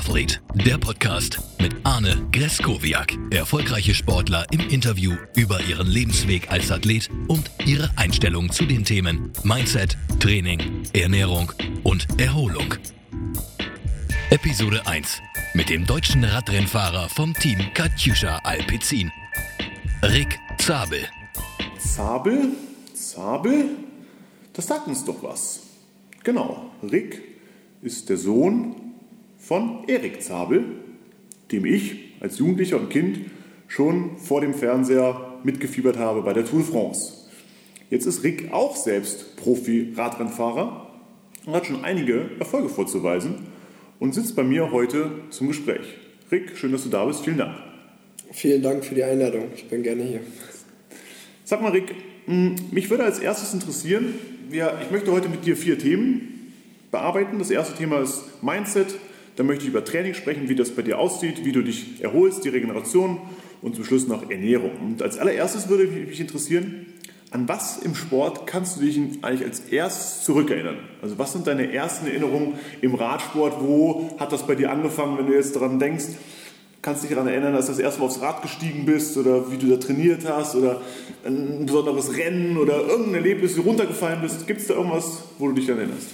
Athlete, der Podcast mit Arne Greskowiak. Erfolgreiche Sportler im Interview über ihren Lebensweg als Athlet und ihre Einstellung zu den Themen Mindset, Training, Ernährung und Erholung. Episode 1 mit dem deutschen Radrennfahrer vom Team Katusha Alpecin, Rick Zabel. Zabel? Das sagt uns doch was. Genau, Rick ist der Sohn von Erik Zabel, dem ich als Jugendlicher und Kind schon vor dem Fernseher mitgefiebert habe bei der Tour de France. Jetzt ist Rick auch selbst Profi-Radrennfahrer und hat schon einige Erfolge vorzuweisen und sitzt bei mir heute zum Gespräch. Rick, schön, dass du da bist. Vielen Dank. Vielen Dank für die Einladung. Ich bin gerne hier. Sag mal, Rick, mich würde als erstes interessieren, ich möchte heute mit dir 4 Themen bearbeiten. Das erste Thema ist Mindset. Da möchte ich über Training sprechen, wie das bei dir aussieht, wie du dich erholst, die Regeneration und zum Schluss noch Ernährung. Und als allererstes würde mich interessieren, an was im Sport kannst du dich eigentlich als erstes zurückerinnern? Also was sind deine ersten Erinnerungen im Radsport? Wo hat das bei dir angefangen, wenn du jetzt daran denkst? Kannst du dich daran erinnern, dass du das erste Mal aufs Rad gestiegen bist oder wie du da trainiert hast oder ein besonderes Rennen oder irgendein Erlebnis, wie du runtergefallen bist? Gibt es da irgendwas, wo du dich daran erinnerst?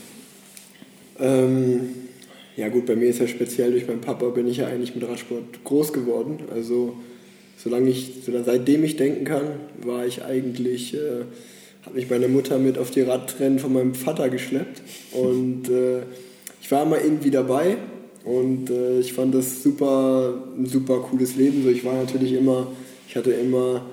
Ja gut, bei mir ist ja speziell durch meinen Papa bin ich ja eigentlich mit Radsport groß geworden. Also seitdem ich denken kann, war ich eigentlich, hat mich meine Mutter mit auf die Radrennen von meinem Vater geschleppt und ich war immer irgendwie dabei und ich fand das ein super cooles Leben. So, ich hatte immer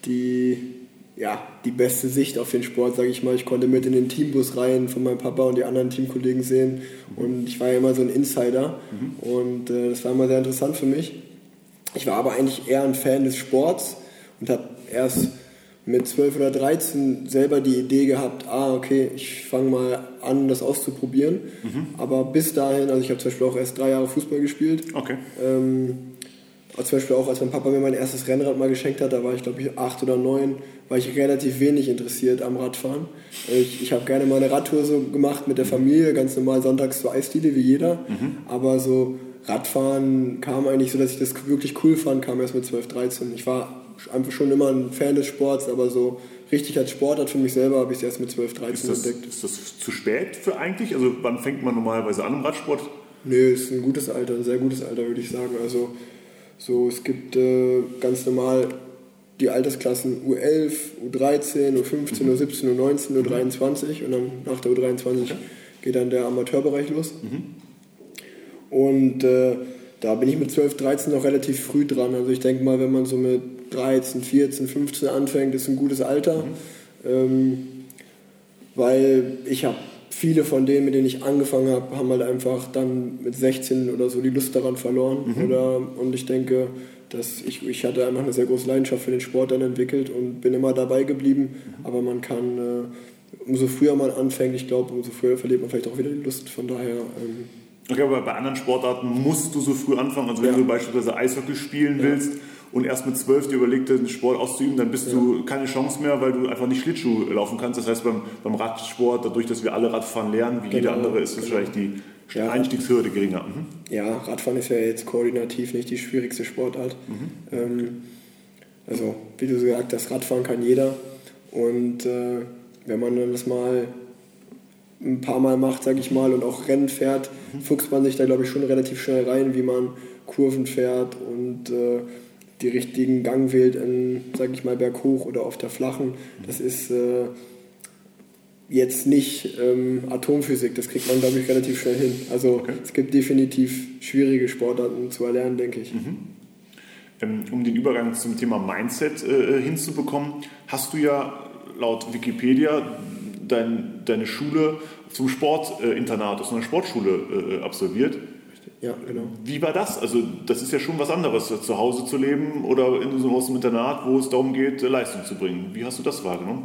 die beste Sicht auf den Sport, sage ich mal. Ich konnte mit in den Teambus rein von meinem Papa und die anderen Teamkollegen sehen und ich war ja immer so ein Insider und das war immer sehr interessant für mich. Ich war aber eigentlich eher ein Fan des Sports und habe erst mit 12 oder 13 selber die Idee gehabt, okay, ich fange mal an, das auszuprobieren. Aber bis dahin, also ich habe zum Beispiel auch erst 3 Jahre Fußball gespielt. Okay. Zum Beispiel auch, als mein Papa mir mein erstes Rennrad mal geschenkt hat, da war ich glaube ich 8 oder 9, war ich relativ wenig interessiert am Radfahren. Ich habe gerne mal eine Radtour so gemacht mit der Familie, ganz normal sonntags zur Eisdiele wie jeder. Aber so Radfahren kam eigentlich so, dass ich das wirklich cool fand, kam erst mit 12, 13. Ich war einfach schon immer ein Fan des Sports, aber so richtig als Sportart für mich selber habe ich es erst mit 12, 13 entdeckt. Ist das zu spät für eigentlich? Also wann fängt man normalerweise an im Radsport? Nö, ist ein gutes Alter, ein sehr gutes Alter, würde ich sagen. Also es gibt ganz normal die Altersklassen U11, U13, U15, U17, U19, U23 und dann nach der U23 geht dann der Amateurbereich los. Und da bin ich mit 12, 13 noch relativ früh dran. Also ich denke mal, wenn man so mit 13, 14, 15 anfängt, ist ein gutes Alter. Weil ich habe viele von denen, mit denen ich angefangen habe, haben halt einfach dann mit 16 oder so die Lust daran verloren. Und ich denke, dass ich hatte einfach eine sehr große Leidenschaft für den Sport dann entwickelt und bin immer dabei geblieben. Aber man kann, umso früher man anfängt, ich glaube, umso früher verliert man vielleicht auch wieder die Lust. Von daher... Okay, aber bei anderen Sportarten musst du so früh anfangen. Also wenn du beispielsweise Eishockey spielen willst und erst mit 12 dir überlegst, den Sport auszuüben, dann bist du keine Chance mehr, weil du einfach nicht Schlittschuh laufen kannst. Das heißt, beim Radsport, dadurch, dass wir alle Radfahren lernen, wie jeder andere, ist wahrscheinlich die Einstiegshürde geringer. Ja, Radfahren ist ja jetzt koordinativ nicht die schwierigste Sportart. Also, wie du gesagt hast, Radfahren kann jeder. Und wenn man dann das mal ein paar Mal macht, sage ich mal, und auch Rennen fährt, fuchst man sich da, glaube ich, schon relativ schnell rein, wie man Kurven fährt und die richtigen Gang wählt, sage ich mal, berghoch oder auf der flachen. Das ist jetzt nicht Atomphysik, das kriegt man, glaube ich, relativ schnell hin. Also es gibt definitiv schwierige Sportarten zu erlernen, denke ich. Um den Übergang zum Thema Mindset hinzubekommen, hast du ja laut Wikipedia deine Schule zum Sportinternat, aus einer Sportschule absolviert. Ja, genau. Wie war das? Also das ist ja schon was anderes, zu Hause zu leben oder in so einem Internat, wo es darum geht, Leistung zu bringen. Wie hast du das wahrgenommen?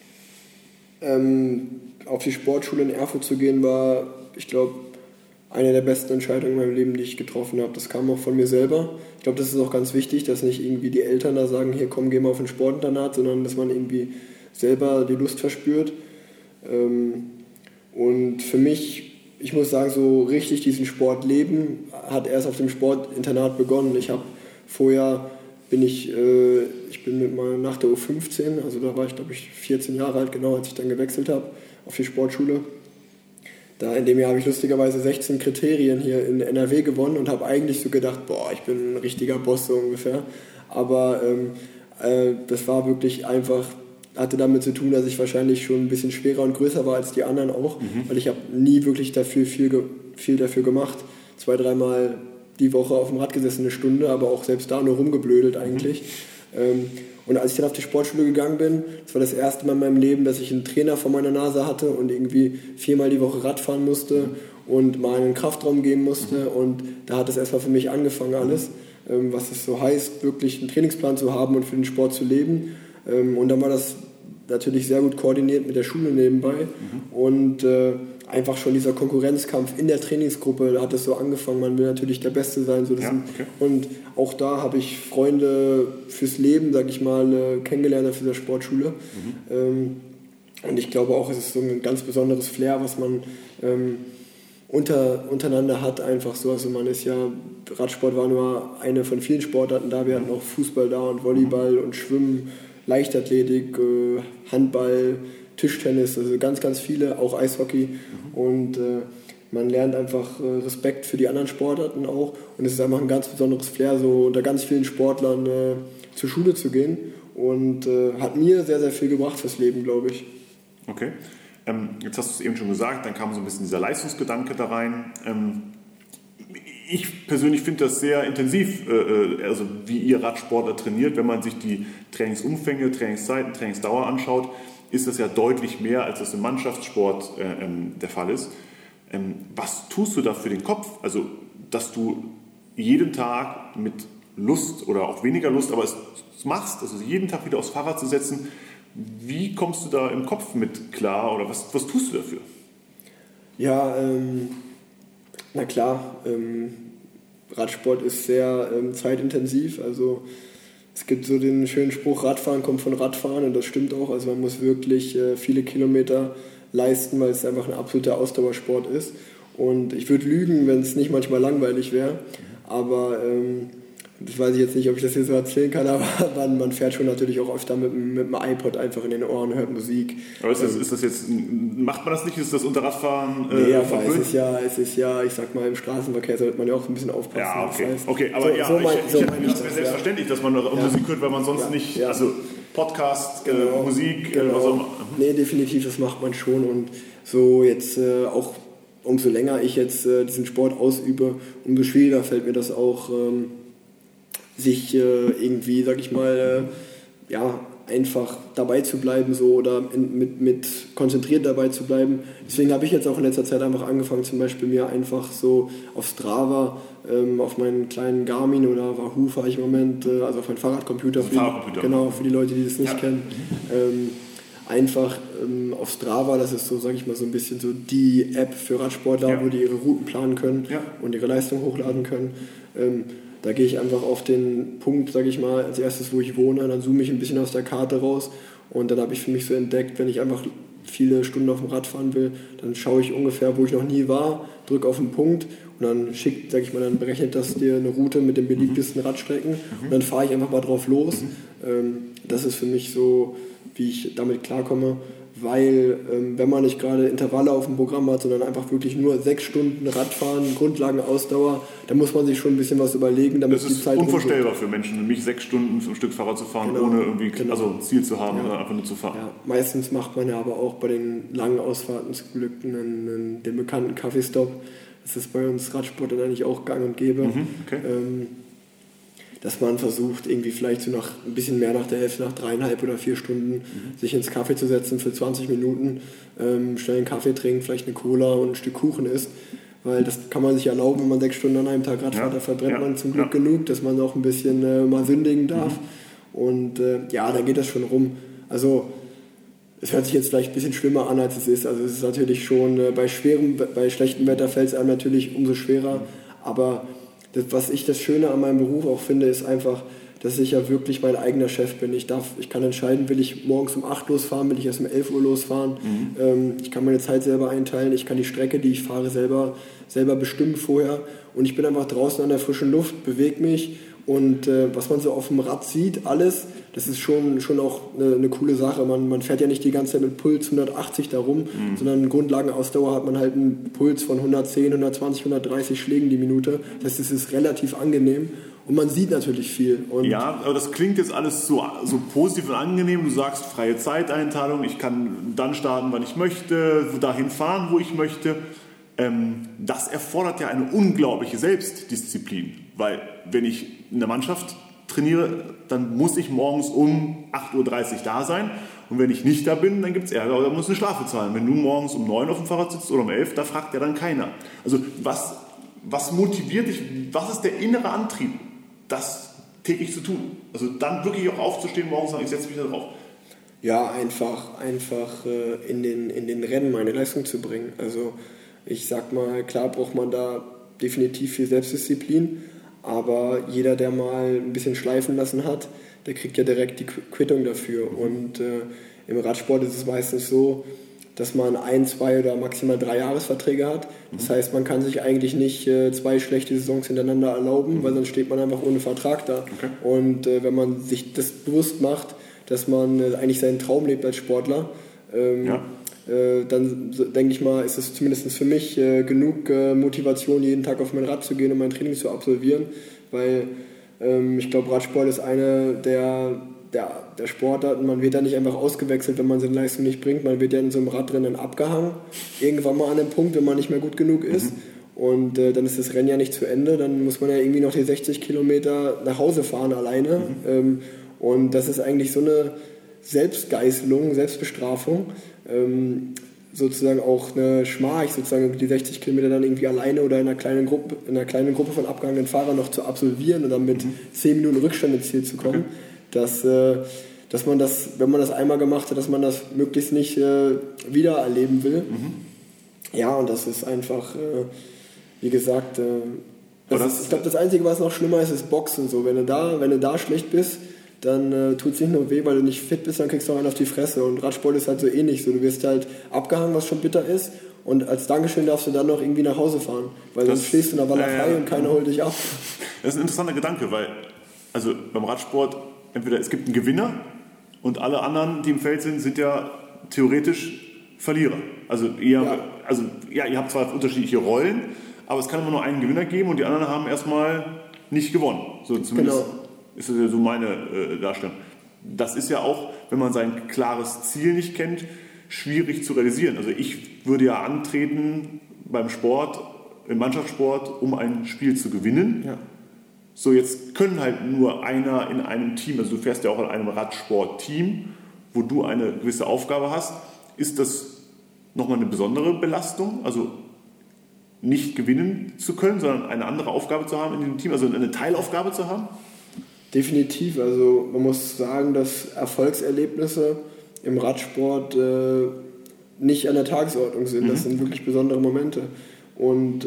Auf die Sportschule in Erfurt zu gehen war, ich glaube, eine der besten Entscheidungen in meinem Leben, die ich getroffen habe. Das kam auch von mir selber. Ich glaube, das ist auch ganz wichtig, dass nicht irgendwie die Eltern da sagen, hier komm, geh mal auf ein Sportinternat, sondern dass man irgendwie selber die Lust verspürt. Und für mich ich muss sagen, so richtig diesen Sport leben hat erst auf dem Sportinternat begonnen. Ich habe vorher, ich bin nach der U15, also da war ich glaube ich 14 Jahre alt, genau, als ich dann gewechselt habe auf die Sportschule. Da in dem Jahr habe ich lustigerweise 16 Kriterien hier in NRW gewonnen und habe eigentlich so gedacht, boah, ich bin ein richtiger Boss so ungefähr. Aber das war wirklich einfach, hatte damit zu tun, dass ich wahrscheinlich schon ein bisschen schwerer und größer war als die anderen auch, weil ich habe nie wirklich viel dafür gemacht. 2-3 Mal die Woche auf dem Rad gesessen, eine Stunde, aber auch selbst da nur rumgeblödelt eigentlich. Und als ich dann auf die Sportschule gegangen bin, das war das erste Mal in meinem Leben, dass ich einen Trainer vor meiner Nase hatte und irgendwie 4-mal die Woche Rad fahren musste und mal in den Kraftraum gehen musste. Und da hat es erstmal für mich angefangen alles, was es so heißt, wirklich einen Trainingsplan zu haben und für den Sport zu leben. Und dann war das natürlich sehr gut koordiniert mit der Schule nebenbei. Und einfach schon dieser Konkurrenzkampf in der Trainingsgruppe, da hat es so angefangen, man will natürlich der Beste sein. So Und auch da habe ich Freunde fürs Leben, sag ich mal, kennengelernt auf dieser Sportschule. Und ich glaube auch, es ist so ein ganz besonderes Flair, was man untereinander hat, einfach so. Also man ist ja, Radsport war nur eine von vielen Sportarten da, wir hatten auch Fußball da und Volleyball und Schwimmen, Leichtathletik, Handball, Tischtennis, also ganz, ganz viele, auch Eishockey. Und man lernt einfach Respekt für die anderen Sportarten auch. Und es ist einfach ein ganz besonderes Flair, so unter ganz vielen Sportlern zur Schule zu gehen. Und hat mir sehr, sehr viel gebracht fürs Leben, glaube ich. Okay. Jetzt hast du es eben schon gesagt, dann kam so ein bisschen dieser Leistungsgedanke da rein. Ich persönlich finde das sehr intensiv, also wie ihr Radsportler trainiert. Wenn man sich die Trainingsumfänge, Trainingszeiten, Trainingsdauer anschaut, ist das ja deutlich mehr, als das im Mannschaftssport der Fall ist. Was tust du da für den Kopf? Also, dass du jeden Tag mit Lust oder auch weniger Lust, aber es machst, also jeden Tag wieder aufs Fahrrad zu setzen. Wie kommst du da im Kopf mit klar oder was tust du dafür? Ja, na klar, Radsport ist sehr zeitintensiv, also es gibt so den schönen Spruch, Radfahren kommt von Radfahren und das stimmt auch, also man muss wirklich viele Kilometer leisten, weil es einfach ein absoluter Ausdauersport ist und ich würde lügen, wenn es nicht manchmal langweilig wäre, aber das weiß ich jetzt nicht, ob ich das hier so erzählen kann, aber man fährt schon natürlich auch öfter mit dem iPod einfach in den Ohren, hört Musik. Aber ist das jetzt, macht man das nicht? Ist das unter Radfahren nee, aber es ist ja, ich sag mal, im Straßenverkehr sollte man ja auch ein bisschen aufpassen. Ja, okay. Das heißt, okay, aber das wäre selbstverständlich, dass man Musik hört, weil man sonst nicht, also Podcast, genau, Musik, genau. Nee, definitiv, das macht man schon und so jetzt auch umso länger ich jetzt diesen Sport ausübe, umso schwieriger fällt mir das auch, sich irgendwie, sag ich mal, einfach dabei zu bleiben so oder mit konzentriert dabei zu bleiben. Deswegen habe ich jetzt auch in letzter Zeit einfach angefangen, zum Beispiel mir einfach so auf Strava, auf meinen kleinen Garmin oder Wahoo fahre ich im Moment, also auf meinen Fahrradcomputer, für die Leute, die das nicht kennen, einfach auf Strava, das ist so, sag ich mal, so ein bisschen so die App für Radsportler, wo die ihre Routen planen können und ihre Leistung hochladen können. Da gehe ich einfach auf den Punkt, sage ich mal, als erstes, wo ich wohne, dann zoome ich ein bisschen aus der Karte raus und dann habe ich für mich so entdeckt, wenn ich einfach viele Stunden auf dem Rad fahren will, dann schaue ich ungefähr, wo ich noch nie war, drücke auf den Punkt und dann dann berechnet das dir eine Route mit den beliebtesten Radstrecken und dann fahre ich einfach mal drauf los. Das ist für mich so, wie ich damit klarkomme, weil wenn man nicht gerade Intervalle auf dem Programm hat, sondern einfach wirklich nur 6 Stunden Radfahren, Grundlagenausdauer, dann muss man sich schon ein bisschen was überlegen, damit die Zeit Das ist unvorstellbar für Menschen, wie mich 6 Stunden am Stück Fahrrad zu fahren, ohne irgendwie also ein Ziel zu haben, sondern einfach nur zu fahren. Ja, meistens macht man ja aber auch bei den langen Ausfahrten zum Glück den bekannten Kaffeestopp. Das ist bei uns Radsport dann eigentlich auch gang und gäbe. Dass man versucht, irgendwie vielleicht so nach ein bisschen mehr nach der Hälfte, nach 3,5 oder 4 Stunden, sich ins Kaffee zu setzen für 20 Minuten, schnell einen Kaffee trinken, vielleicht eine Cola und ein Stück Kuchen isst. Weil das kann man sich erlauben, wenn man 6 Stunden an einem Tag Rad fährt, da verbrennt man zum Glück genug, dass man auch ein bisschen mal sündigen darf. Und dann geht das schon rum. Also es hört sich jetzt vielleicht ein bisschen schlimmer an, als es ist. Also es ist natürlich schon, bei schlechtem Wetter fällt es einem natürlich umso schwerer. Aber was ich das Schöne an meinem Beruf auch finde, ist einfach, dass ich ja wirklich mein eigener Chef bin. Ich kann entscheiden, will ich morgens um 8 losfahren, will ich erst um 11 Uhr losfahren. Ich kann meine Zeit selber einteilen, ich kann die Strecke, die ich fahre, selber bestimmen vorher. Und ich bin einfach draußen an der frischen Luft, bewege mich. Und was man so auf dem Rad sieht, alles, das ist schon auch eine coole Sache. Man fährt ja nicht die ganze Zeit mit Puls 180 da rum, sondern Grundlagenausdauer hat man halt einen Puls von 110, 120, 130 Schlägen die Minute. Das heißt, es ist relativ angenehm und man sieht natürlich viel. Und ja, aber das klingt jetzt alles so positiv und angenehm. Du sagst freie Zeiteinteilung, ich kann dann starten, wann ich möchte, dahin fahren, wo ich möchte. Das erfordert ja eine unglaubliche Selbstdisziplin, weil wenn ich in der Mannschaft trainiere, dann muss ich morgens um 8.30 Uhr da sein und wenn ich nicht da bin, dann gibt es Ärger oder muss eine Strafe zahlen. Wenn du morgens um 9 auf dem Fahrrad sitzt oder um 11, da fragt ja dann keiner. Also was motiviert dich, was ist der innere Antrieb, das täglich zu tun? Also dann wirklich auch aufzustehen morgens und sagen, ich setze mich da drauf. Ja, einfach in den Rennen meine Leistung zu bringen. Also ich sag mal, klar braucht man da definitiv viel Selbstdisziplin, aber jeder, der mal ein bisschen schleifen lassen hat, der kriegt ja direkt die Quittung dafür. Und im Radsport ist es meistens so, dass man 1, 2 oder maximal 3 Jahresverträge hat. Das heißt, man kann sich eigentlich nicht 2 schlechte Saisons hintereinander erlauben, weil sonst steht man einfach ohne Vertrag da. Okay. Und wenn man sich das bewusst macht, dass man eigentlich seinen Traum lebt als Sportler, dann denke ich mal, ist es zumindest für mich genug Motivation, jeden Tag auf mein Rad zu gehen und mein Training zu absolvieren, weil ich glaube, Radsport ist eine der Sportarten, man wird da nicht einfach ausgewechselt, wenn man seine Leistung nicht bringt, man wird ja in so einem Radrennen abgehangen, irgendwann mal an dem Punkt, wenn man nicht mehr gut genug ist und dann ist das Rennen ja nicht zu Ende, dann muss man ja irgendwie noch die 60 Kilometer nach Hause fahren alleine und das ist eigentlich so eine Selbstgeißelung, Selbstbestrafung, sozusagen auch eine Schmach, sozusagen die 60 Kilometer dann irgendwie alleine oder in einer kleinen Gruppe von abgehangenen Fahrern noch zu absolvieren und dann mit 10 Minuten Rückstand ins Ziel zu kommen, dass man das, wenn man das einmal gemacht hat, dass man das möglichst nicht wieder erleben will. Ja, und das ist einfach, wie gesagt, ich glaube, das Einzige, was noch schlimmer ist, ist Boxen. So, wenn du da schlecht bist, dann tut es nicht nur weh, weil du nicht fit bist, dann kriegst du auch einen auf die Fresse. Und Radsport ist halt so ähnlich. So, du wirst halt abgehangen, was schon bitter ist. Und als Dankeschön darfst du dann noch irgendwie nach Hause fahren. Weil sonst stehst du in der Walachei und keiner holt dich ab. Das ist ein interessanter Gedanke, weil also beim Radsport entweder es gibt einen Gewinner und alle anderen, die im Feld sind ja theoretisch Verlierer. Also ihr habt zwar unterschiedliche Rollen, aber es kann immer nur einen Gewinner geben und die anderen haben erstmal nicht gewonnen. So zumindest. Genau. Ist das ja so meine Darstellung. Das ist ja auch, wenn man sein klares Ziel nicht kennt, schwierig zu realisieren. Also ich würde ja antreten beim Sport, im Mannschaftssport, um ein Spiel zu gewinnen. Ja. So, jetzt können halt nur einer in einem Team, also du fährst ja auch in einem Radsport-Team, wo du eine gewisse Aufgabe hast. Ist das nochmal eine besondere Belastung? Also nicht gewinnen zu können, sondern eine andere Aufgabe zu haben in dem Team, also eine Teilaufgabe zu haben? Definitiv, also man muss sagen, dass Erfolgserlebnisse im Radsport nicht an der Tagesordnung sind. Das sind wirklich besondere Momente. Und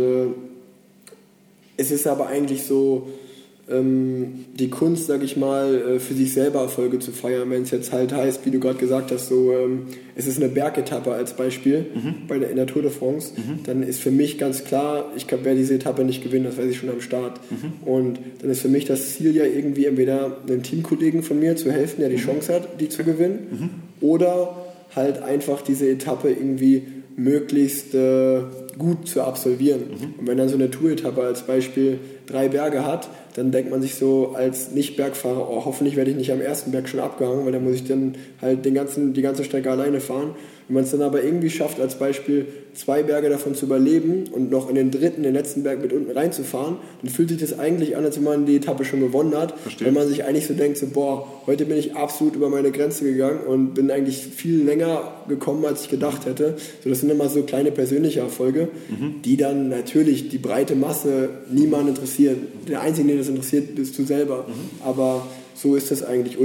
es ist aber eigentlich so, die Kunst, sag ich mal, für sich selber Erfolge zu feiern, wenn es jetzt halt heißt, wie du gerade gesagt hast, so, es ist eine Bergetappe als Beispiel in der Tour de France, dann ist für mich ganz klar, ich werde diese Etappe nicht gewinnen, das weiß ich schon am Start. Und dann ist für mich das Ziel ja irgendwie entweder einem Teamkollegen von mir zu helfen, der die Chance hat, die zu gewinnen, oder halt einfach diese Etappe irgendwie möglichst gut zu absolvieren. Und wenn dann so eine Tour-Etappe als Beispiel 3 Berge hat, dann denkt man sich so als Nicht-Bergfahrer, oh, hoffentlich werde ich nicht am ersten Berg schon abgehangen, weil dann muss ich dann halt die ganze Strecke alleine fahren. Wenn man es dann aber irgendwie schafft, als Beispiel 2 Berge davon zu überleben und noch in den letzten Berg mit unten reinzufahren, dann fühlt sich das eigentlich an, als wenn man die Etappe schon gewonnen hat. Verstehe. Wenn man sich eigentlich so denkt, so, boah, heute bin ich absolut über meine Grenze gegangen und bin eigentlich viel länger gekommen, als ich gedacht hätte. So, das sind immer so kleine persönliche Erfolge, die dann natürlich die breite Masse niemand interessieren. Der Einzige, den das interessiert, bist du selber. Aber so ist das eigentlich. Oder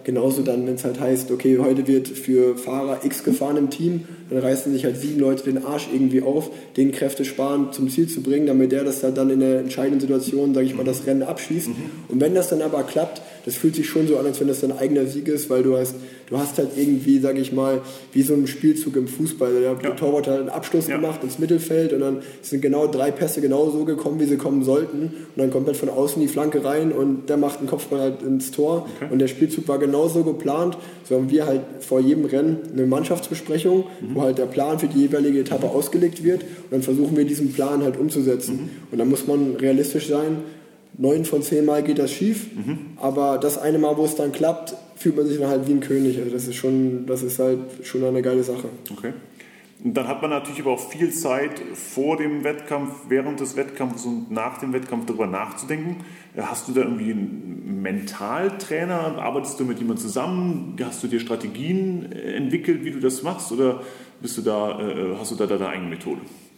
genauso dann, wenn es halt heißt, okay, heute wird für Fahrer X gefahren im Team, dann reißen sich halt 7 Leute den Arsch irgendwie auf, den Kräfte sparen, zum Ziel zu bringen, damit der das halt dann in der entscheidenden Situation, sage ich mal, das Rennen abschießt. Und wenn das dann aber klappt, das fühlt sich schon so an, als wenn das dein eigener Sieg ist, weil du hast halt irgendwie, sage ich mal, wie so ein Spielzug im Fußball. Der Torwart hat einen Abschluss gemacht ins Mittelfeld und dann sind genau 3 Pässe genau so gekommen, wie sie kommen sollten. Und dann kommt halt von außen die Flanke rein und der macht einen Kopfball halt ins Tor. Und der Spielzug war genauso geplant. So haben wir halt vor jedem Rennen eine Mannschaftsbesprechung, wo halt der Plan für die jeweilige Etappe ausgelegt wird. Und dann versuchen wir diesen Plan halt umzusetzen. Und dann muss man realistisch sein. 9 von 10 Mal geht das schief, aber das eine Mal, wo es dann klappt, fühlt man sich dann halt wie ein König. Also das ist halt schon eine geile Sache. Okay. Und dann hat man natürlich aber auch viel Zeit vor dem Wettkampf, während des Wettkampfs und nach dem Wettkampf darüber nachzudenken. Hast du da irgendwie einen Mentaltrainer? Arbeitest du mit jemandem zusammen? Hast du dir Strategien entwickelt, wie du das machst? Oder hast du da deine eigene Methode?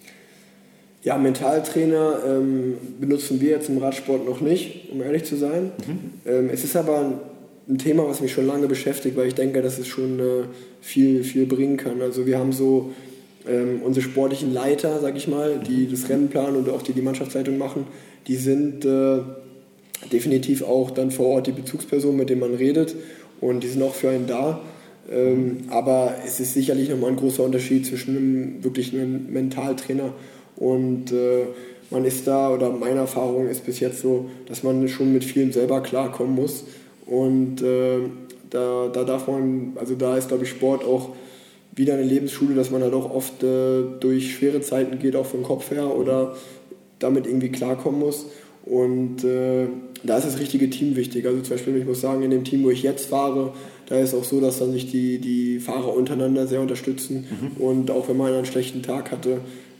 Ja, Mentaltrainer benutzen wir jetzt im Radsport noch nicht, um ehrlich zu sein. Es ist aber ein Thema, was mich schon lange beschäftigt, weil ich denke, dass es schon viel bringen kann. Also wir haben so unsere sportlichen Leiter, sag ich mal, die das Rennen planen und auch die Mannschaftsleitung machen, die sind definitiv auch dann vor Ort die Bezugsperson, mit denen man redet, und die sind auch für einen da. Aber es ist sicherlich nochmal ein großer Unterschied zwischen einem Mentaltrainer und man ist da, oder meine Erfahrung ist bis jetzt so, dass man schon mit vielen selber klarkommen muss. Und da darf man, also da ist, glaube ich, Sport auch wieder eine Lebensschule, dass man halt auch oft durch schwere Zeiten geht, auch vom Kopf her, oder damit irgendwie klarkommen muss. Und da ist das richtige Team wichtig. Also zum Beispiel, ich muss sagen, in dem Team, wo ich jetzt fahre, da ist auch so, dass dann sich die Fahrer untereinander sehr unterstützen. Und auch wenn man einen schlechten Tag hatte,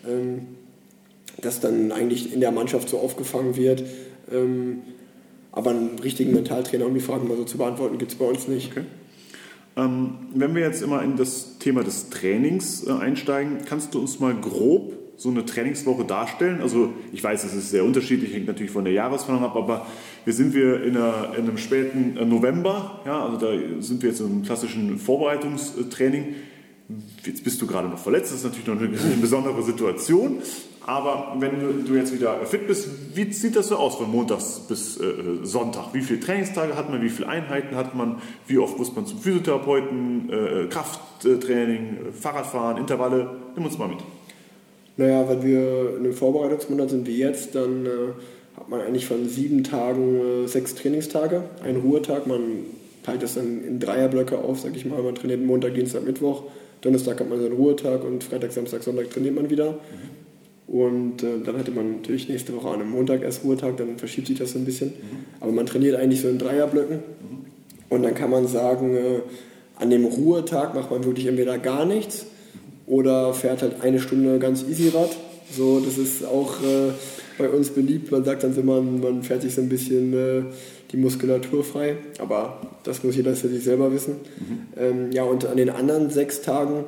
dass dann eigentlich in der Mannschaft so aufgefangen wird. Aber einen richtigen Mentaltrainer, um die Fragen mal so zu beantworten, gibt es bei uns nicht. Okay. Wenn wir jetzt immer in das Thema des Trainings einsteigen, kannst du uns mal grob so eine Trainingswoche darstellen? Also ich weiß, es ist sehr unterschiedlich, hängt natürlich von der Jahresplanung ab, aber sind wir in einem späten November, ja, also da sind wir jetzt in einem klassischen Vorbereitungstraining. Jetzt bist du gerade noch verletzt, das ist natürlich noch eine besondere Situation, aber wenn du jetzt wieder fit bist, wie sieht das so aus von Montags bis Sonntag? Wie viele Trainingstage hat man, wie viele Einheiten hat man, wie oft muss man zum Physiotherapeuten, Krafttraining, Fahrradfahren, Intervalle? Nimm uns mal mit. Naja, wenn wir in einem Vorbereitungsmonat sind wie jetzt, dann hat man eigentlich von 7 Tagen 6 Trainingstage, einen Ruhetag. Man teilt das dann in Dreierblöcke auf, sag ich mal. Man trainiert Montag, Dienstag, Mittwoch. Donnerstag hat man seinen Ruhetag und Freitag, Samstag, Sonntag trainiert man wieder. Und dann hatte man natürlich nächste Woche an einem Montag erst Ruhetag, dann verschiebt sich das so ein bisschen. Aber man trainiert eigentlich so in Dreierblöcken. Und dann kann man sagen, an dem Ruhetag macht man wirklich entweder gar nichts oder fährt halt 1 Stunde ganz easy Rad. So, das ist auch bei uns beliebt. Man sagt dann immer, man fährt sich so ein bisschen die Muskulatur frei. Aber das muss jeder für sich selber wissen. Ja, und an den anderen 6 Tagen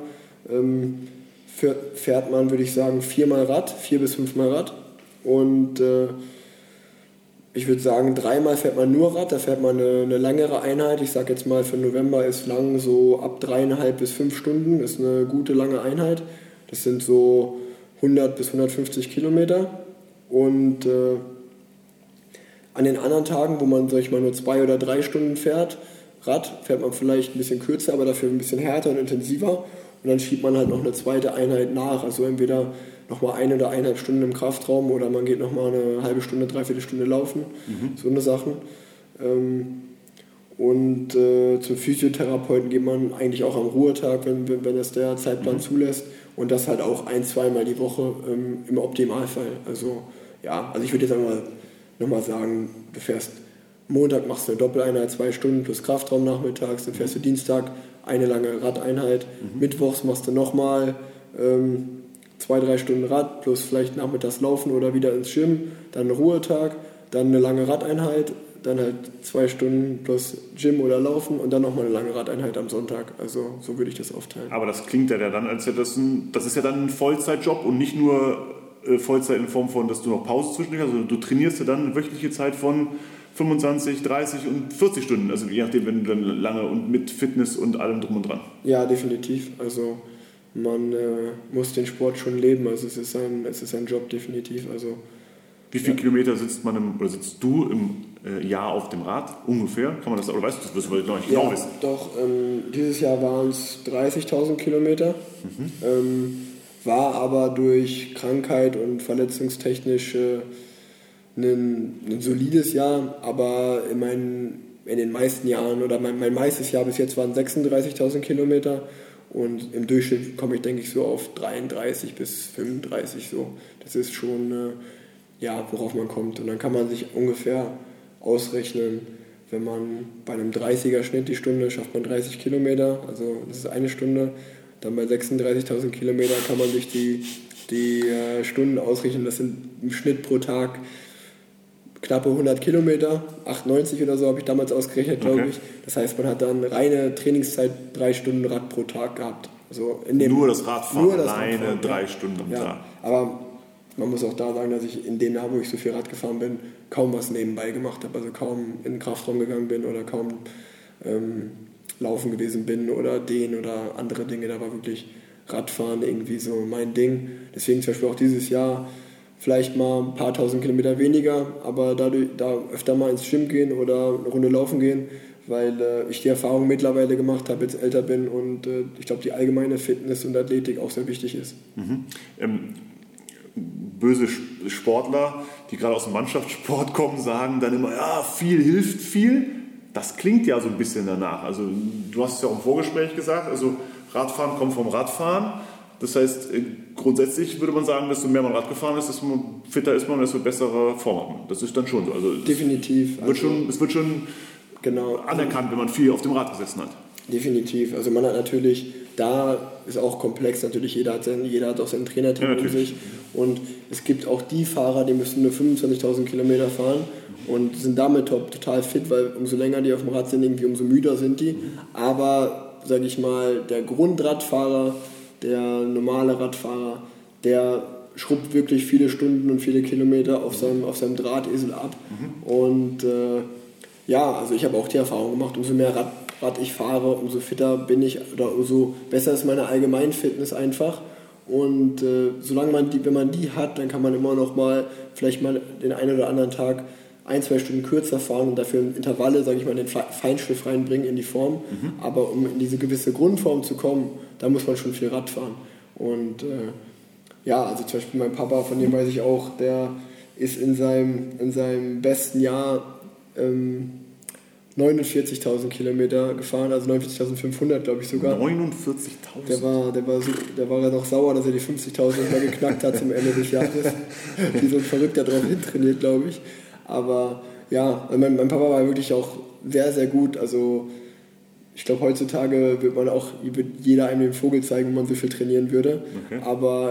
fährt man, würde ich sagen, 4 bis 5 Mal Rad. Und ich würde sagen, 3 Mal fährt man nur Rad, da fährt man eine langere Einheit. Ich sage jetzt mal, für November ist lang so ab 3,5 bis 5 Stunden, ist eine gute lange Einheit. Das sind so 100 bis 150 Kilometer. Und an den anderen Tagen, wo man, sag ich mal, nur 2 oder 3 Stunden fährt, Rad, fährt man vielleicht ein bisschen kürzer, aber dafür ein bisschen härter und intensiver. Und dann schiebt man halt noch eine zweite Einheit nach. Also entweder nochmal 1 oder 1,5 Stunden im Kraftraum oder man geht nochmal eine halbe Stunde, 3/4 Stunde laufen. So eine Sachen. Und zum Physiotherapeuten geht man eigentlich auch am Ruhetag, wenn es der Zeitplan zulässt. Und das halt auch 1-2 Mal die Woche im Optimalfall. Also ja, also ich würde jetzt nochmal sagen, du fährst Montag, machst du eine Doppeleinheit, 2 Stunden plus Kraftraum nachmittags, dann fährst du Dienstag eine lange Radeinheit, Mittwochs machst du nochmal 2-3 Stunden Rad plus vielleicht nachmittags laufen oder wieder ins Gym, dann einen Ruhetag, dann eine lange Radeinheit, dann halt 2 Stunden plus Gym oder Laufen und dann nochmal eine lange Radeinheit am Sonntag. Also so würde ich das aufteilen. Aber das klingt ja dann, als wäre das ist ja dann ein Vollzeitjob und nicht nur Vollzeit in Form von, dass du noch Pause zwischendurch hast, also du trainierst ja dann eine wöchentliche Zeit von 25, 30 und 40 Stunden, also je nachdem, wenn du dann lange und mit Fitness und allem drum und dran. Ja, definitiv. Also man muss den Sport schon leben, also es ist ein Job definitiv. Also wie viele Kilometer sitzt du im Jahr auf dem Rad ungefähr? Kann man das, oder weißt du das, wirst du noch nicht genau wissen? Doch, dieses Jahr waren es 30.000 Kilometer, war aber durch Krankheit und verletzungstechnisch ein solides Jahr, aber in den meisten Jahren oder mein meistes Jahr bis jetzt waren 36.000 Kilometer und im Durchschnitt komme ich, denke ich, so auf 33 bis 35 so. Das ist schon, worauf man kommt. Und dann kann man sich ungefähr ausrechnen, wenn man bei einem 30er Schnitt die Stunde schafft man 30 Kilometer, also das ist eine Stunde, dann bei 36.000 Kilometer kann man sich die Stunden ausrechnen, das sind im Schnitt pro Tag knappe 100 Kilometer, 98 oder so habe ich damals ausgerechnet, glaube ich. Das heißt, man hat dann reine Trainingszeit 3 Stunden Rad pro Tag gehabt. Also nur das Radfahren, alleine 3 Stunden am Tag. Aber man muss auch da sagen, dass ich in dem Jahr, wo ich so viel Rad gefahren bin, kaum was nebenbei gemacht habe. Also kaum in den Kraftraum gegangen bin oder kaum laufen gewesen bin oder Dehnen oder andere Dinge. Da war wirklich Radfahren irgendwie so mein Ding. Deswegen zum Beispiel auch dieses Jahr vielleicht mal ein paar tausend Kilometer weniger, aber dadurch da öfter mal ins Gym gehen oder eine Runde laufen gehen, weil ich die Erfahrung mittlerweile gemacht habe, jetzt älter bin und ich glaube, die allgemeine Fitness und Athletik auch sehr wichtig ist. Böse Sportler, die gerade aus dem Mannschaftssport kommen, sagen dann immer, ja, viel hilft viel. Das klingt ja so ein bisschen danach. Also du hast es ja auch im Vorgespräch gesagt, also Radfahren kommt vom Radfahren. Das heißt, grundsätzlich würde man sagen, desto mehr man Rad gefahren ist, desto fitter ist man, desto bessere Form hat man. Das ist dann schon so. Also definitiv. Es wird schon genau anerkannt, wenn man viel auf dem Rad gesessen hat. Definitiv. Also man hat natürlich, da ist auch komplex, natürlich jeder hat auch sein Trainerteam in sich. Und es gibt auch die Fahrer, die müssen nur 25.000 Kilometer fahren und sind damit total fit, weil umso länger die auf dem Rad sind, irgendwie umso müder sind die. Aber, sage ich mal, der Grundradfahrer, der normale Radfahrer, der schrubbt wirklich viele Stunden und viele Kilometer auf seinem Drahtesel ab. Und also ich habe auch die Erfahrung gemacht, umso mehr Rad ich fahre, umso fitter bin ich oder umso besser ist meine Allgemeinfitness einfach. Und wenn man die hat, dann kann man immer noch vielleicht mal den einen oder anderen Tag 1-2 Stunden kürzer fahren und dafür in Intervalle, sage ich mal, den Feinschliff reinbringen in die Form. Aber um in diese gewisse Grundform zu kommen, da muss man schon viel Rad fahren. Und also zum Beispiel mein Papa, von dem weiß ich auch, der ist in seinem besten Jahr 49.000 Kilometer gefahren, also 49.500 glaube ich sogar. 49.000? Der war ja noch sauer, dass er die 50.000 nicht mehr geknackt hat zum Ende des Jahres. Wie so ein Verrückter drauf hintrainiert, glaube ich. Aber ja, mein Papa war wirklich auch sehr, sehr gut. Also ich glaube, heutzutage wird jeder einem den Vogel zeigen, wenn man so viel trainieren würde. Okay. Aber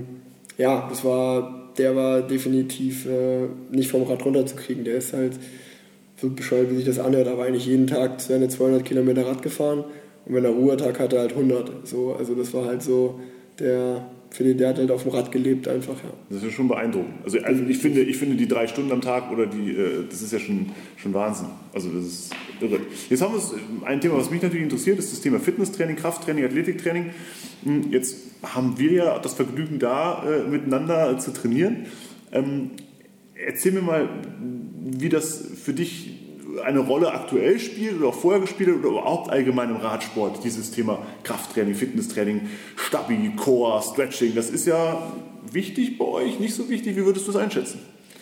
der war definitiv nicht vom Rad runterzukriegen. Der ist halt so bescheuert, wie sich das anhört, aber eigentlich jeden Tag seine 200 Kilometer Rad gefahren und wenn er Ruhetag hatte, halt 100. So, also das war halt so, der hat halt auf dem Rad gelebt einfach, ja. Das ist schon beeindruckend. Also ich finde die 3 Stunden am Tag oder das ist ja schon Wahnsinn. Also das ist irre. Jetzt haben wir ein Thema, was mich natürlich interessiert, ist das Thema Fitnesstraining, Krafttraining, Athletiktraining. Jetzt haben wir ja das Vergnügen da, miteinander zu trainieren. Erzähl mir mal, wie das für dich eine Rolle aktuell spielt oder auch vorher gespielt hat oder überhaupt allgemein im Radsport, dieses Thema Krafttraining, Fitnesstraining, Stabi, Core, Stretching, das ist ja wichtig bei euch, nicht so wichtig, wie würdest du es einschätzen?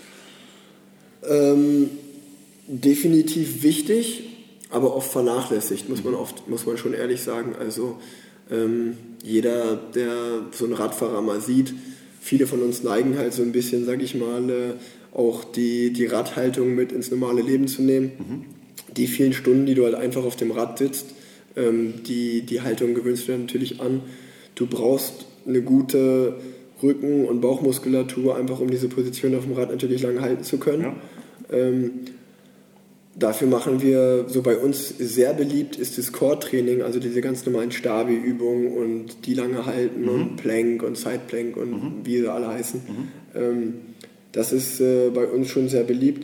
Definitiv wichtig, aber oft vernachlässigt, muss man schon ehrlich sagen. Also jeder, der so einen Radfahrer mal sieht, viele von uns neigen halt so ein bisschen, sag ich mal, auch die Radhaltung mit ins normale Leben zu nehmen. Die vielen Stunden, die du halt einfach auf dem Rad sitzt, die Haltung gewöhnst du dir natürlich an. Du brauchst eine gute Rücken- und Bauchmuskulatur, einfach um diese Position auf dem Rad natürlich lange halten zu können. Ja. Dafür machen wir, so bei uns sehr beliebt ist das Core-Training, also diese ganz normalen Stabi-Übungen und die lange halten und Plank und Sideplank und wie sie alle heißen. Das ist bei uns schon sehr beliebt,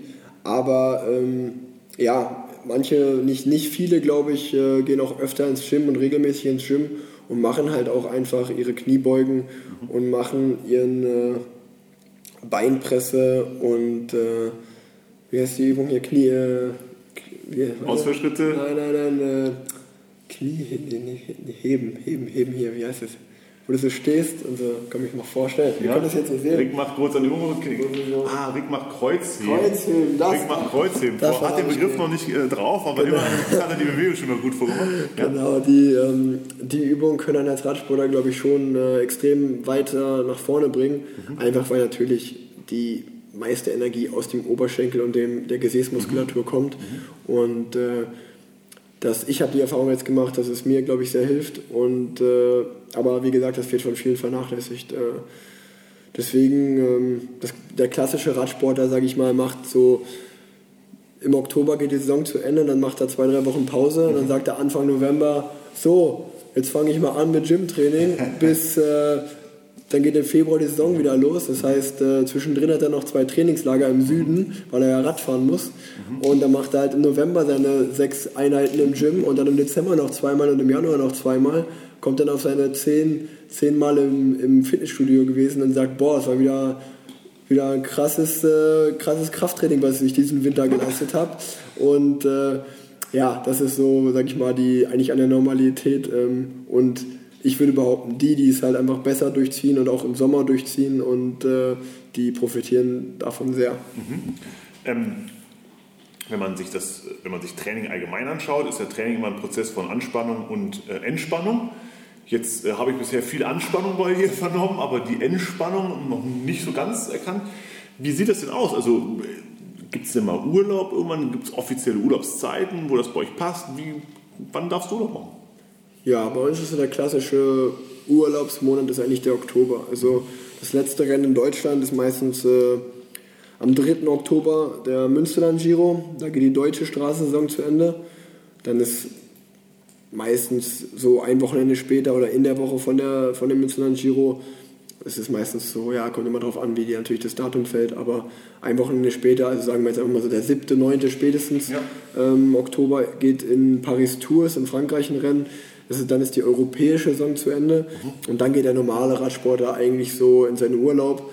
Aber manche, nicht viele, glaube ich, gehen auch öfter ins Gym und regelmäßig ins Gym und machen halt auch einfach ihre Kniebeugen und machen ihren Beinpresse und wie heißt die Übung hier? Ausfallschritte? Nein. Knie heben hier, wie heißt es? Wo du so stehst und so, kann mich mal vorstellen. Wir können das jetzt nicht sehen. Rick macht kurz an die Übung. Rick macht Kreuzheben. Rick macht Kreuzheben. Hat den Begriff noch nicht drauf, aber immerhin hat er die Bewegung schon mal gut vorgemacht. Ja. Genau, die Übungen können einen als Radsportler, glaube ich, schon extrem weiter nach vorne bringen. Einfach weil natürlich die meiste Energie aus dem Oberschenkel und der Gesäßmuskulatur kommt. Und ich habe die Erfahrung jetzt gemacht, dass es mir, glaube ich, sehr hilft. Aber wie gesagt, das wird von vielen vernachlässigt. Deswegen, der klassische Radsportler, sage ich mal, macht so, im Oktober geht die Saison zu Ende, dann macht er 2-3 Wochen Pause und dann sagt er Anfang November, so, jetzt fange ich mal an mit Gymtraining, bis dann geht im Februar die Saison wieder los. Das heißt, zwischendrin hat er noch 2 Trainingslager im Süden, weil er ja Radfahren muss. Und dann macht er halt im November seine 6 Einheiten im Gym und dann im Dezember noch 2-mal und im Januar noch 2-mal. Kommt dann auf seine 10 Mal im Fitnessstudio gewesen und sagt, boah, es war wieder ein krasses Krafttraining, was ich diesen Winter geleistet habe. Und das ist so, sag ich mal, eigentlich an der Normalität. Und ich würde behaupten, die es halt einfach besser durchziehen und auch im Sommer durchziehen und die profitieren davon sehr. Wenn man sich Training allgemein anschaut, ist ja Training immer ein Prozess von Anspannung und Entspannung. Jetzt habe ich bisher viel Anspannung bei dir vernommen, aber die Entspannung noch nicht so ganz erkannt. Wie sieht das denn aus? Also gibt es denn mal Urlaub? Irgendwann gibt es offizielle Urlaubszeiten, wo das bei euch passt? Wann darfst du Urlaub machen? Ja, bei uns ist so der klassische Urlaubsmonat ist eigentlich der Oktober. Also das letzte Rennen in Deutschland ist meistens am 3. Oktober der Münsterland Giro. Da geht die deutsche Straßensaison zu Ende. Dann ist meistens so ein Wochenende später oder in der Woche von dem Münsterland Giro. Es ist meistens so, ja, kommt immer darauf an, wie dir natürlich das Datum fällt, aber ein Wochenende später, also sagen wir jetzt einfach mal so der 7., 9. spätestens, Oktober geht in Paris-Tours in Frankreich ein Rennen. Dann ist die europäische Saison zu Ende und dann geht der normale Radsportler eigentlich so in seinen Urlaub.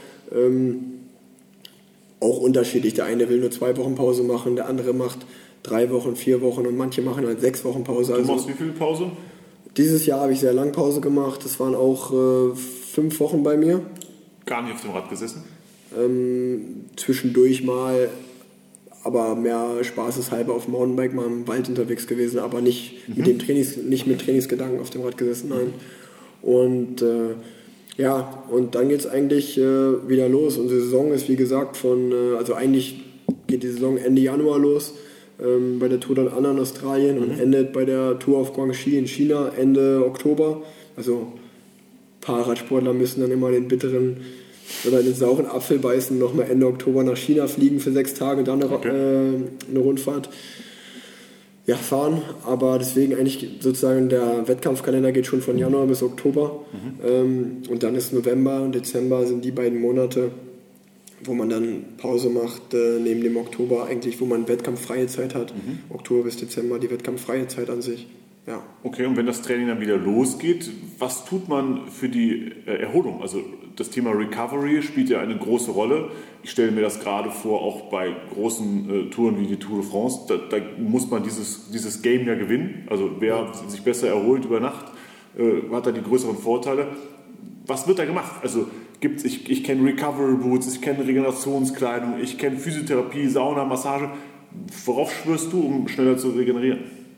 Auch unterschiedlich. Der eine will nur 2 Wochen Pause machen, der andere macht 3 Wochen, 4 Wochen und manche machen halt 6 Wochen Pause. Du machst wie viel Pause? Dieses Jahr habe ich sehr lang Pause gemacht. Das waren auch 5 Wochen bei mir. Gar nicht auf dem Rad gesessen? Zwischendurch mal, aber mehr spaßeshalber auf dem Mountainbike, mal im Wald unterwegs gewesen, aber nicht mit Trainingsgedanken auf dem Rad gesessen, nein. Und und dann geht es eigentlich wieder los. Unsere Saison ist wie gesagt also eigentlich geht die Saison Ende Januar los bei der Tour d'An in Australien und endet bei der Tour of Guangxi in China Ende Oktober. Also ein paar Radsportler müssen dann immer den bitteren oder den sauren Apfel beißen, nochmal Ende Oktober nach China fliegen für 6 Tage, dann eine Rundfahrt fahren. Aber deswegen eigentlich sozusagen der Wettkampfkalender geht schon von Januar bis Oktober. Und dann ist November und Dezember sind die beiden Monate, wo man dann Pause macht, neben dem Oktober eigentlich, wo man wettkampffreie Zeit hat. Oktober bis Dezember die wettkampffreie Zeit an sich. Ja. Okay, und wenn das Training dann wieder losgeht, was tut man für die Erholung? Also das Thema Recovery spielt ja eine große Rolle. Ich stelle mir das gerade vor, auch bei großen Touren wie die Tour de France, da muss man dieses Game ja gewinnen. Also wer sich besser erholt über Nacht, hat da die größeren Vorteile. Was wird da gemacht? Also ich kenne Recovery Boots, ich kenne Regenerationskleidung, ich kenne Physiotherapie, Sauna, Massage. Worauf schwörst du, um schneller zu regenerieren?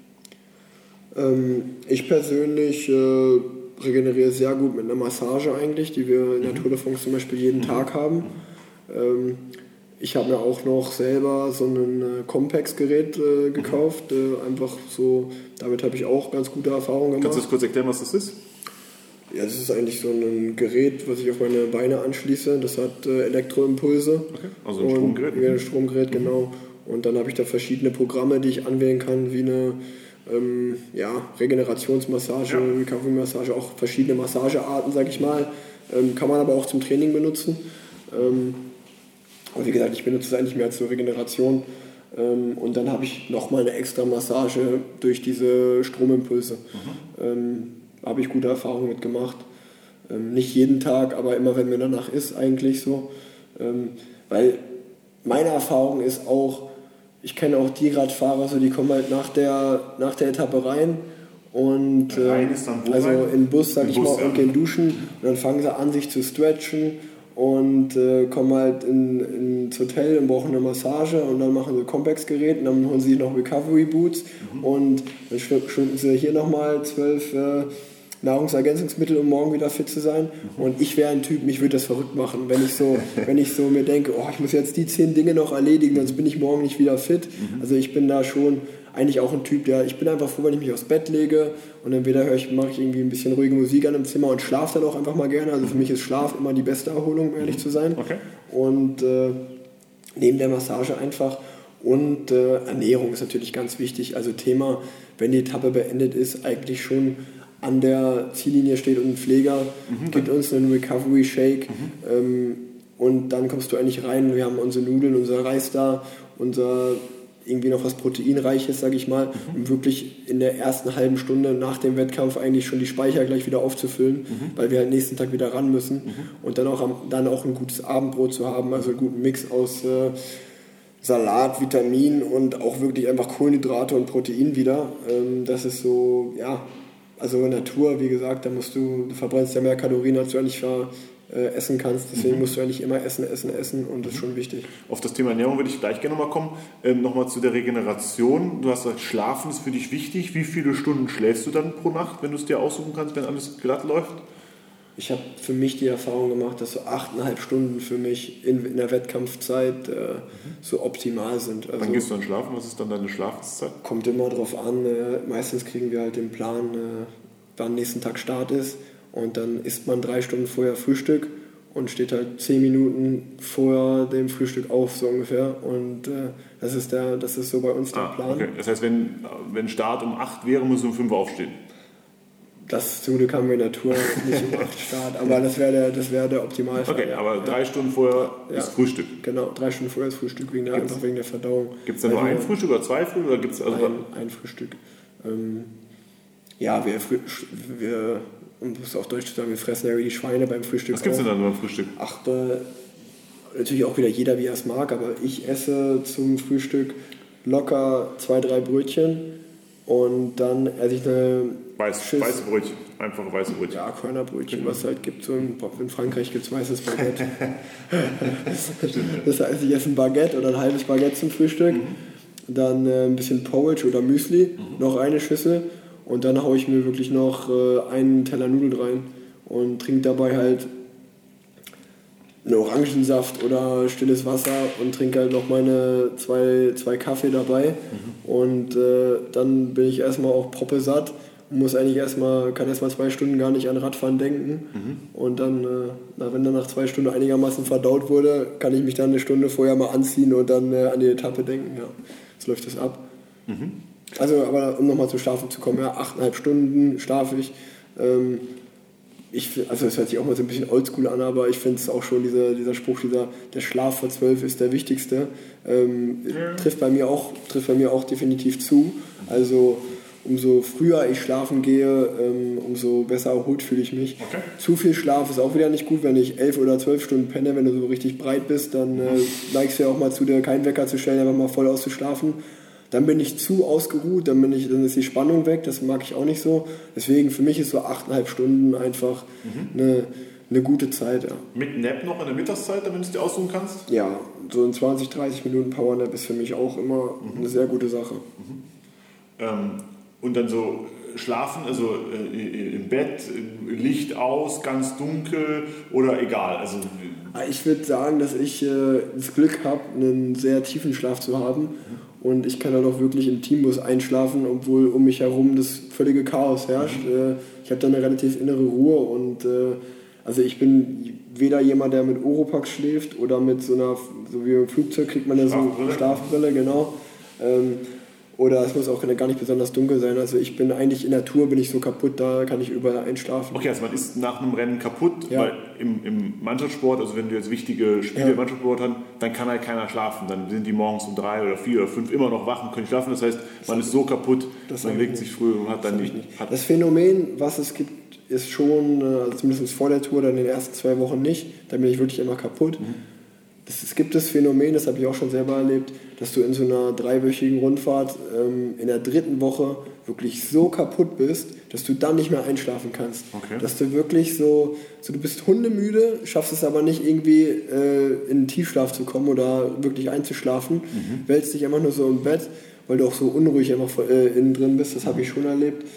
Ich persönlich regeneriere sehr gut mit einer Massage eigentlich, die wir in der Tour de France zum Beispiel jeden Tag haben. Ich habe mir auch noch selber so ein Compex-Gerät gekauft, einfach so, damit habe ich auch ganz gute Erfahrungen gemacht. Kannst du das kurz erklären, was das ist? Ja, das ist eigentlich so ein Gerät, was ich auf meine Beine anschließe. Das hat Elektroimpulse. Okay, also ein Stromgerät. Ja, ein Stromgerät, genau. Und dann habe ich da verschiedene Programme, die ich anwählen kann, wie eine Regenerationsmassage, Recovery-Massage, auch verschiedene Massagearten, sage ich mal. Kann man aber auch zum Training benutzen. Aber wie gesagt, ich benutze es eigentlich mehr zur Regeneration. Und dann habe ich nochmal eine extra Massage durch diese Stromimpulse. Habe ich gute Erfahrungen mit gemacht. Nicht jeden Tag, aber immer wenn mir danach ist, eigentlich so. Weil meine Erfahrung ist auch, ich kenne auch die Radfahrer, so, die kommen halt nach der Etappe rein und rein ist dann wo also rein? in den Bus, sag ich mal, ja. und gehen duschen und dann fangen sie an, sich zu stretchen und kommen halt ins Hotel und brauchen eine Massage und dann machen sie Combex-Gerät und dann holen sie sich noch Recovery Boots und dann schlucken sie hier nochmal 12 Nahrungsergänzungsmittel, um morgen wieder fit zu sein. Und ich wäre ein Typ, mich würde das verrückt machen, wenn ich so mir denke, oh, ich muss jetzt die 10 Dinge noch erledigen, sonst bin ich morgen nicht wieder fit. Also ich bin da schon eigentlich auch ein Typ, ich bin einfach froh, wenn ich mich aufs Bett lege und entweder mache ich irgendwie ein bisschen ruhige Musik an im Zimmer und schlafe dann auch einfach mal gerne. Also für mich ist Schlaf immer die beste Erholung, um ehrlich zu sein. Okay. Und neben der Massage einfach. Und Ernährung ist natürlich ganz wichtig. Also Thema, wenn die Etappe beendet ist, eigentlich schon an der Ziellinie steht und ein Pfleger gibt uns einen Recovery Shake und dann kommst du eigentlich rein, wir haben unsere Nudeln, unser Reis da, unser irgendwie noch was Proteinreiches, sag ich mal, um wirklich in der ersten halben Stunde nach dem Wettkampf eigentlich schon die Speicher gleich wieder aufzufüllen, weil wir halt nächsten Tag wieder ran müssen und dann auch ein gutes Abendbrot zu haben, also einen guten Mix aus Salat, Vitamin und auch wirklich einfach Kohlenhydrate und Protein wieder. Das ist so, ja, also Natur, wie gesagt, du verbrennst ja mehr Kalorien, als du eigentlich essen kannst. Deswegen musst du eigentlich immer essen und das ist schon wichtig. Auf das Thema Ernährung würde ich gleich gerne nochmal kommen. Nochmal zu der Regeneration. Du hast gesagt, Schlafen ist für dich wichtig. Wie viele Stunden schläfst du dann pro Nacht, wenn du es dir aussuchen kannst, wenn alles glatt läuft? Ich habe für mich die Erfahrung gemacht, dass so 8,5 Stunden für mich in der Wettkampfzeit so optimal sind. Also, wann gehst du dann schlafen? Was ist dann deine Schlafenszeit? Kommt immer drauf an. Meistens kriegen wir halt den Plan, wann nächsten Tag Start ist. Und dann isst man 3 Stunden vorher Frühstück und steht halt 10 Minuten vor dem Frühstück auf, so ungefähr. Und das ist so bei uns der Plan. Okay. Das heißt, wenn Start um 8 wäre, musst du um 5 Uhr aufstehen? Das zum Glück haben wir in der Natur nicht um 8 Start, aber das wäre der Optimalfall. Okay, aber 3 Stunden vorher ist Frühstück? Genau, 3 Stunden vorher ist Frühstück, einfach wegen der Verdauung. Gibt es da nur ein Frühstück oder 2 Frühstück? Oder gibt's ein Frühstück. Wir um es auf Deutsch zu sagen, wir fressen ja wie die Schweine beim Frühstück. Was gibt es denn dann beim Frühstück? Ach, natürlich auch wieder jeder, wie er es mag, aber ich esse zum Frühstück locker 2-3 Brötchen und dann esse ich eine weiße Brötchen, einfache weiße Brötchen. Ja, Körnerbrötchen, was es halt gibt. So in Frankreich gibt es weißes Baguette. Das heißt, ich esse ein Baguette oder ein halbes Baguette zum Frühstück, dann ein bisschen Porridge oder Müsli, noch eine Schüssel und dann haue ich mir wirklich noch einen Teller Nudeln rein und trinke dabei halt einen Orangensaft oder stilles Wasser und trinke halt noch meine zwei Kaffee dabei und dann bin ich erstmal auch proppesatt und kann erstmal 2 Stunden gar nicht an Radfahren denken und dann, wenn dann nach 2 Stunden einigermaßen verdaut wurde, kann ich mich dann eine Stunde vorher mal anziehen und dann an die Etappe denken, ja, so läuft das ab. Also, aber um nochmal zum Schlafen zu kommen, ja, 8,5 Stunden schlafe ich. Also das hört sich auch mal so ein bisschen oldschool an, aber ich finde es auch schon, dieser Spruch, der Schlaf vor 12 ist der wichtigste, trifft bei mir auch definitiv zu. Also umso früher ich schlafen gehe, umso besser erholt fühle ich mich. Okay. Zu viel Schlaf ist auch wieder nicht gut, wenn ich 11 oder 12 Stunden penne, wenn du so richtig breit bist, dann neigst du ja auch mal zu dir, keinen Wecker zu stellen, einfach mal voll auszuschlafen. Dann bin ich zu ausgeruht, dann ist die Spannung weg, das mag ich auch nicht so. Deswegen für mich ist so 8,5 Stunden einfach eine gute Zeit. Ja. Mit Nap noch in der Mittagszeit, damit du es dir aussuchen kannst? Ja, so in 20, 30 Minuten Powernap ist für mich auch immer eine sehr gute Sache. Und dann so schlafen, also im Bett, Licht aus, ganz dunkel oder egal? Also ich würde sagen, dass ich das Glück habe, einen sehr tiefen Schlaf zu haben. Und ich kann halt auch wirklich im Teambus einschlafen, obwohl um mich herum das völlige Chaos herrscht. Ich habe da eine relativ innere Ruhe und also ich bin weder jemand, der mit Oropax schläft oder mit so wie im Flugzeug kriegt man ja so eine Schlafbrille, genau. Oder es muss auch gar nicht besonders dunkel sein. Also ich bin eigentlich in der Tour bin ich so kaputt, da kann ich überall einschlafen. Okay, also man ist nach einem Rennen kaputt, Ja. weil im Mannschaftssport, also wenn du jetzt wichtige Spiele im Mannschaftssport hast, dann kann halt keiner schlafen. Dann sind die morgens um 3 oder 4 oder 5 immer noch wach und können schlafen. Das heißt, man ist so kaputt, man legt sich früh und hat dann nicht... Das Phänomen, was es gibt, ist schon, also zumindest vor der Tour oder in den ersten 2 Wochen nicht, da bin ich wirklich immer kaputt. Es gibt das Phänomen, das habe ich auch schon selber erlebt, dass du in so einer 3-wöchigen Rundfahrt in der 3. Woche wirklich so kaputt bist, dass du dann nicht mehr einschlafen kannst. Okay. Dass du wirklich so du bist hundemüde, schaffst es aber nicht irgendwie in den Tiefschlaf zu kommen oder wirklich einzuschlafen, wälzt dich einfach nur so im Bett, weil du auch so unruhig einfach innen drin bist, das habe ich schon erlebt.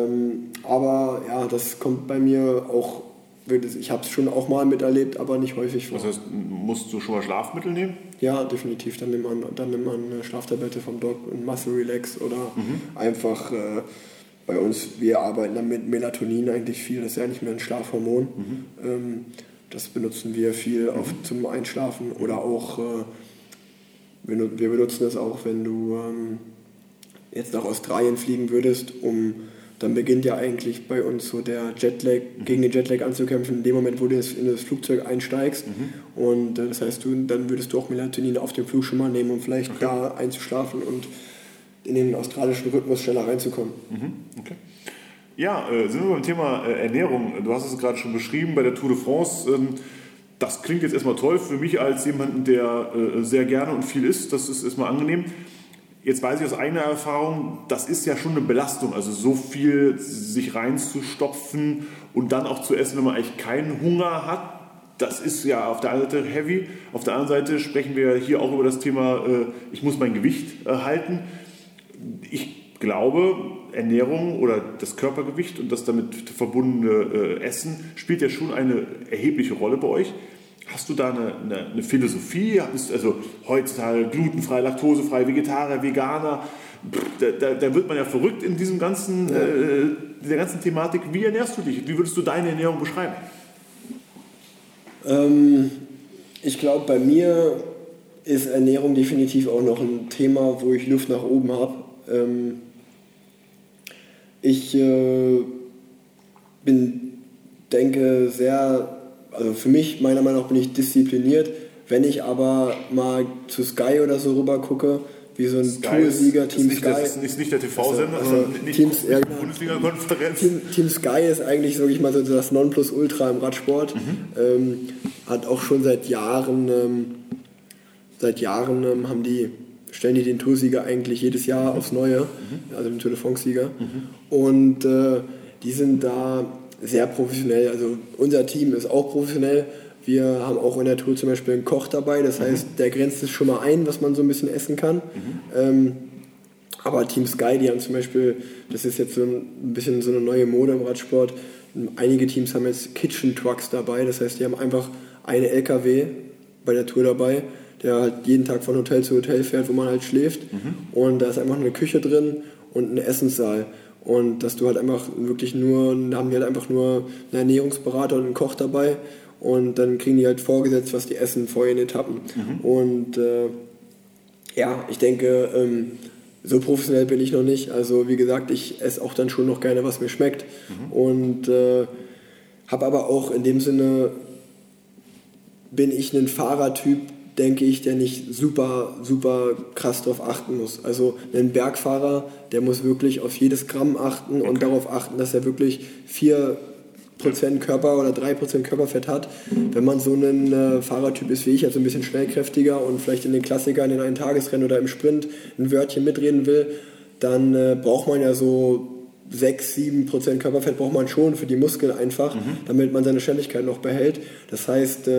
Aber ja, das kommt bei mir auch, ich habe es schon auch mal miterlebt, aber nicht häufig vor. Das heißt, musst du schon mal Schlafmittel nehmen? Ja, definitiv. Dann nimmt man eine Schlaftablette vom Doc, ein Muscle Relax oder einfach bei uns, wir arbeiten dann mit Melatonin eigentlich viel, das ist ja eigentlich mehr ein Schlafhormon. Das benutzen wir viel zum Einschlafen oder auch, wir benutzen das auch, wenn du jetzt nach Australien fliegen würdest, dann beginnt ja eigentlich bei uns so der Jetlag, gegen den Jetlag anzukämpfen, in dem Moment, wo du in das Flugzeug einsteigst. Und das heißt, dann würdest du auch Melatonin auf dem Flug schon mal nehmen, um vielleicht da einzuschlafen und in den australischen Rhythmus schneller reinzukommen. Okay. Ja, sind wir beim Thema Ernährung. Du hast es gerade schon beschrieben bei der Tour de France. Das klingt jetzt erstmal toll für mich als jemanden, der sehr gerne und viel isst. Das ist erstmal angenehm. Jetzt weiß ich aus eigener Erfahrung, das ist ja schon eine Belastung, also so viel sich reinzustopfen und dann auch zu essen, wenn man eigentlich keinen Hunger hat. Das ist ja auf der einen Seite heavy, auf der anderen Seite sprechen wir hier auch über das Thema, ich muss mein Gewicht halten. Ich glaube, Ernährung oder das Körpergewicht und das damit verbundene Essen spielt ja schon eine erhebliche Rolle bei euch. Hast du da eine Philosophie? Also heutzutage glutenfrei, laktosefrei, Vegetarier, Veganer. Da wird man ja verrückt in dieser ganzen Thematik. Wie ernährst du dich? Wie würdest du deine Ernährung beschreiben? Ich glaube, bei mir ist Ernährung definitiv auch noch ein Thema, wo ich Luft nach oben habe. Ich denke sehr... Also für mich, meiner Meinung nach, bin ich diszipliniert. Wenn ich aber mal zu Sky oder so rüber gucke, wie so ein Toursieger, Team Sky. Das ist nicht der TV-Sender, sondern nicht die Bundesliga-Konferenz. Team Sky ist eigentlich, sage ich mal, so das Nonplusultra im Radsport. Hat auch schon seit Jahren stellen die den Toursieger eigentlich jedes Jahr aufs Neue, also den Tour de France-Sieger. Und die sind da sehr professionell, also unser Team ist auch professionell. Wir haben auch in der Tour zum Beispiel einen Koch dabei, das heißt, der grenzt es schon mal ein, was man so ein bisschen essen kann. Aber Team Sky, die haben zum Beispiel, das ist jetzt so ein bisschen so eine neue Mode im Radsport, einige Teams haben jetzt Kitchen Trucks dabei, das heißt, die haben einfach eine LKW bei der Tour dabei, der halt jeden Tag von Hotel zu Hotel fährt, wo man halt schläft. Und da ist einfach eine Küche drin und ein Essenssaal. Und dass du halt einfach wirklich da haben die halt einfach nur einen Ernährungsberater und einen Koch dabei und dann kriegen die halt vorgesetzt, was die essen vor ihren Etappen. Und ich denke, so professionell bin ich noch nicht. Also wie gesagt, ich esse auch dann schon noch gerne, was mir schmeckt. Und habe aber auch in dem Sinne, bin ich ein Fahrertyp, denke ich, der nicht super, super krass darauf achten muss. Also ein Bergfahrer, der muss wirklich auf jedes Gramm achten und darauf achten, dass er wirklich 4% Körper oder 3% Körperfett hat. Wenn man so ein Fahrertyp ist wie ich, also ein bisschen schnellkräftiger und vielleicht in den Klassikern, in einem Tagesrennen oder im Sprint ein Wörtchen mitreden will, dann braucht man ja so 6-7% Körperfett braucht man schon für die Muskeln einfach, damit man seine Schnelligkeit noch behält. Das heißt,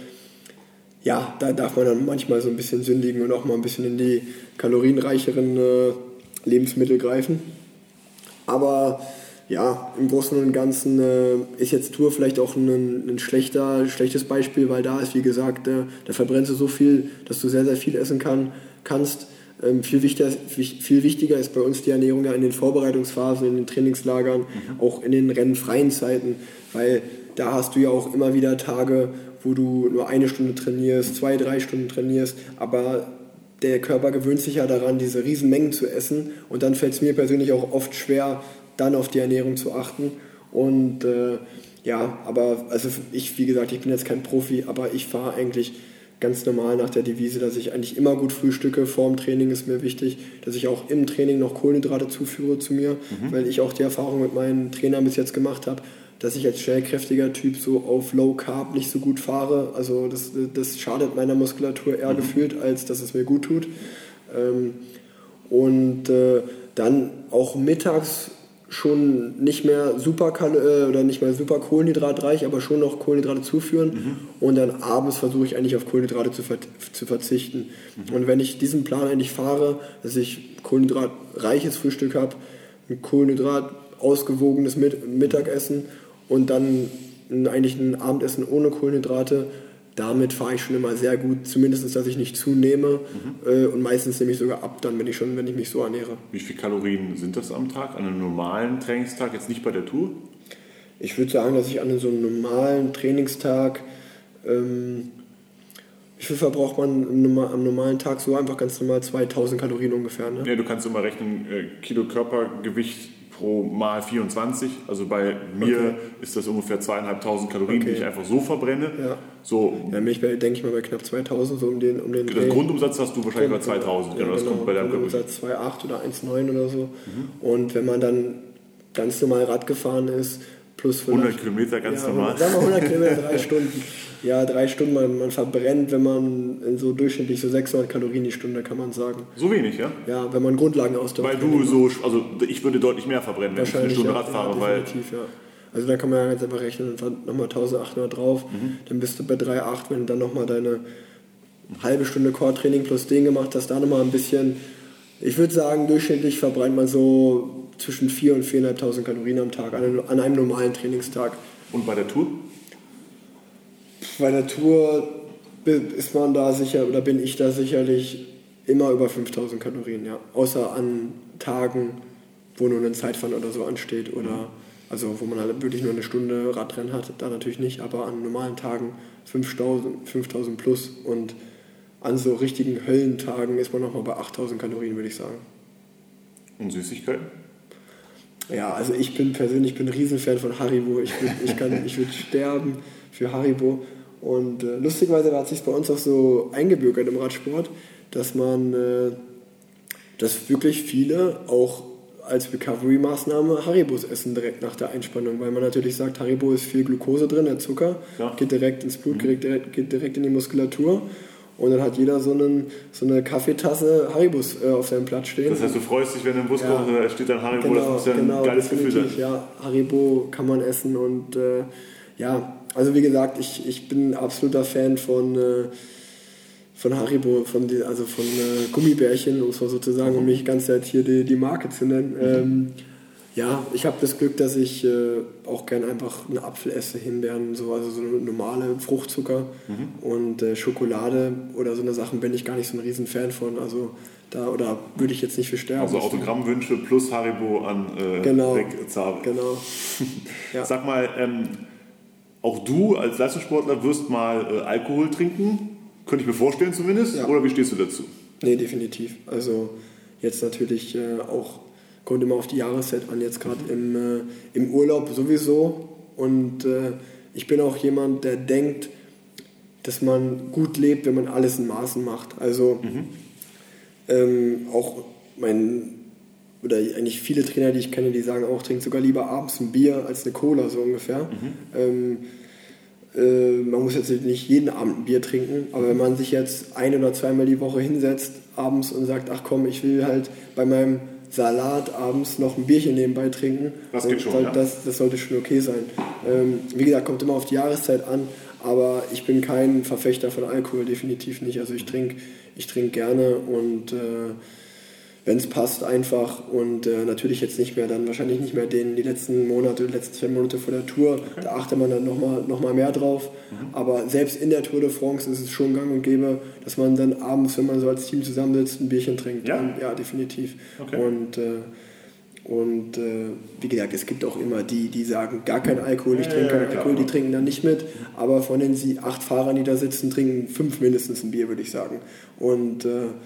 da darf man dann manchmal so ein bisschen sündigen und auch mal ein bisschen in die kalorienreicheren Lebensmittel greifen. Aber ja, im Großen und Ganzen ist jetzt Tour vielleicht auch ein schlechtes Beispiel, weil da ist, wie gesagt, da verbrennst du so viel, dass du sehr, sehr viel essen kannst. Viel wichtiger ist bei uns die Ernährung ja in den Vorbereitungsphasen, in den Trainingslagern, auch in den rennenfreien Zeiten, weil da hast du ja auch immer wieder Tage, wo du nur 1 Stunde trainierst, 2-3 Stunden trainierst, aber der Körper gewöhnt sich ja daran, diese Riesenmengen zu essen und dann fällt es mir persönlich auch oft schwer, dann auf die Ernährung zu achten. Und aber also wie gesagt, ich bin jetzt kein Profi, aber ich fahre eigentlich ganz normal nach der Devise, dass ich eigentlich immer gut frühstücke. Vorm Training ist mir wichtig, dass ich auch im Training noch Kohlenhydrate zuführe zu mir, weil ich auch die Erfahrung mit meinen Trainern bis jetzt gemacht habe, dass ich als schnellkräftiger Typ so auf Low Carb nicht so gut fahre. Also das schadet meiner Muskulatur eher gefühlt, als dass es mir gut tut. Dann auch mittags schon nicht mehr super kohlenhydratreich, aber schon noch Kohlenhydrate zuführen. Und dann abends versuche ich eigentlich auf Kohlenhydrate zu verzichten. Und wenn ich diesen Plan eigentlich fahre, dass ich kohlenhydratreiches Frühstück habe, ein Kohlenhydrat ausgewogenes Mittagessen und dann eigentlich ein Abendessen ohne Kohlenhydrate, damit fahre ich schon immer sehr gut, zumindest, dass ich nicht zunehme und meistens nehme ich sogar ab, dann wenn ich mich so ernähre. Wie viele Kalorien sind das am Tag, an einem normalen Trainingstag, jetzt nicht bei der Tour? Ich würde sagen, dass ich an so einem normalen Trainingstag, wie viel verbraucht man am normalen Tag? So einfach ganz normal 2000 Kalorien ungefähr. Ne? Ja, du kannst immer rechnen, Kilo Körpergewicht pro mal 24, also bei mir ist das ungefähr 2500 Kalorien, die ich einfach so verbrenne. Ja. So, dann bin ich, denke ich mal, bei knapp 2000, so um den den Grundumsatz hast du wahrscheinlich bei 2000, genau, das kommt bei deinem Grundumsatz 2,8 oder 1,9 oder so. Und wenn man dann ganz normal Rad gefahren ist, plus 100 Kilometer ganz normal. Sagen wir 100 Kilometer, 3 Stunden. Ja, 3 Stunden, man verbrennt, wenn man in so durchschnittlich so 600 Kalorien die Stunde, kann man sagen. So wenig, ja? Ja, wenn man Grundlagenausdauer Weil du so, also ich würde deutlich mehr verbrennen, wenn ich eine Stunde Rad fahre. Definitiv, ja. Also da kann man ja ganz einfach rechnen, dann nochmal 1800 drauf, dann bist du bei 3,8, wenn du dann nochmal deine halbe Stunde Core-Training plus den gemacht hast, da nochmal ein bisschen, ich würde sagen, durchschnittlich verbrennt man so zwischen 4.000 und 4.500 Kalorien am Tag, an einem normalen Trainingstag. Und bei der Tour? Bei der Tour ist man da sicher, oder bin ich da sicherlich immer über 5.000 Kalorien, ja. Außer an Tagen, wo nur ein Zeitfahren oder so ansteht oder also wo man halt wirklich nur eine Stunde Radrennen hat, da natürlich nicht, aber an normalen Tagen 5.000 plus und an so richtigen Höllentagen ist man nochmal bei 8.000 Kalorien, würde ich sagen. Und Süßigkeiten? Ja, also ich bin persönlich ein Riesenfan von Haribo. Ich würde sterben für Haribo. Und lustigerweise hat sich bei uns auch so eingebürgert im Radsport, dass wirklich viele auch als Recovery-Maßnahme Haribos essen direkt nach der Einspannung, weil man natürlich sagt, Haribo ist viel Glucose drin, der Zucker, geht direkt ins Blut, geht direkt in die Muskulatur. Und dann hat jeder so eine Kaffeetasse Haribos auf seinem Platz stehen. Das heißt, du freust dich, wenn im Bus kommt, da steht dann Haribo, genau, das muss ja ein geiles Gefühl sein. Ja, Haribo kann man essen und also wie gesagt, ich bin absoluter Fan von Haribo, von Gummibärchen, um es mal so zu sagen, um nicht ganz jetzt hier die Marke zu nennen. Ich habe das Glück, dass ich auch gern einfach einen Apfel esse, Himbeeren, also so normale Fruchtzucker und Schokolade oder so eine Sachen bin ich gar nicht so ein Riesenfan von. Also da würde ich jetzt nicht für sterben. Also Autogrammwünsche plus Haribo an Rick Zabel. Genau. Ja. Sag mal, auch du als Leistungssportler wirst mal Alkohol trinken? Könnte ich mir vorstellen zumindest. Ja. Oder wie stehst du dazu? Nee, definitiv. Also jetzt natürlich auch, kommt immer auf die Jahreszeit an, jetzt gerade im Urlaub sowieso. Und ich bin auch jemand, der denkt, dass man gut lebt, wenn man alles in Maßen macht. Also auch oder eigentlich viele Trainer, die ich kenne, die sagen auch, trink sogar lieber abends ein Bier als eine Cola, so ungefähr. Man muss jetzt nicht jeden Abend ein Bier trinken, aber wenn man sich jetzt 1- oder 2-mal die Woche hinsetzt abends und sagt, ach komm, ich will halt bei meinem Salat abends noch ein Bierchen nebenbei trinken, das geht schon, das sollte schon okay sein. Wie gesagt, kommt immer auf die Jahreszeit an, aber ich bin kein Verfechter von Alkohol, definitiv nicht. Also ich trinke gerne und wenn es passt einfach und natürlich jetzt nicht mehr, dann wahrscheinlich nicht mehr die letzten 2 Monate vor der Tour, da achtet man dann noch mal mehr drauf, aber selbst in der Tour de France ist es schon gang und gäbe, dass man dann abends, wenn man so als Team zusammensitzt, ein Bierchen trinkt. Ja, ja, definitiv. Okay. Und wie gesagt, es gibt auch immer die sagen, gar kein Alkohol, ich trinke keinen Alkohol, die trinken dann nicht mit, aber von den 8 Fahrern, die da sitzen, trinken 5 mindestens ein Bier, würde ich sagen. Und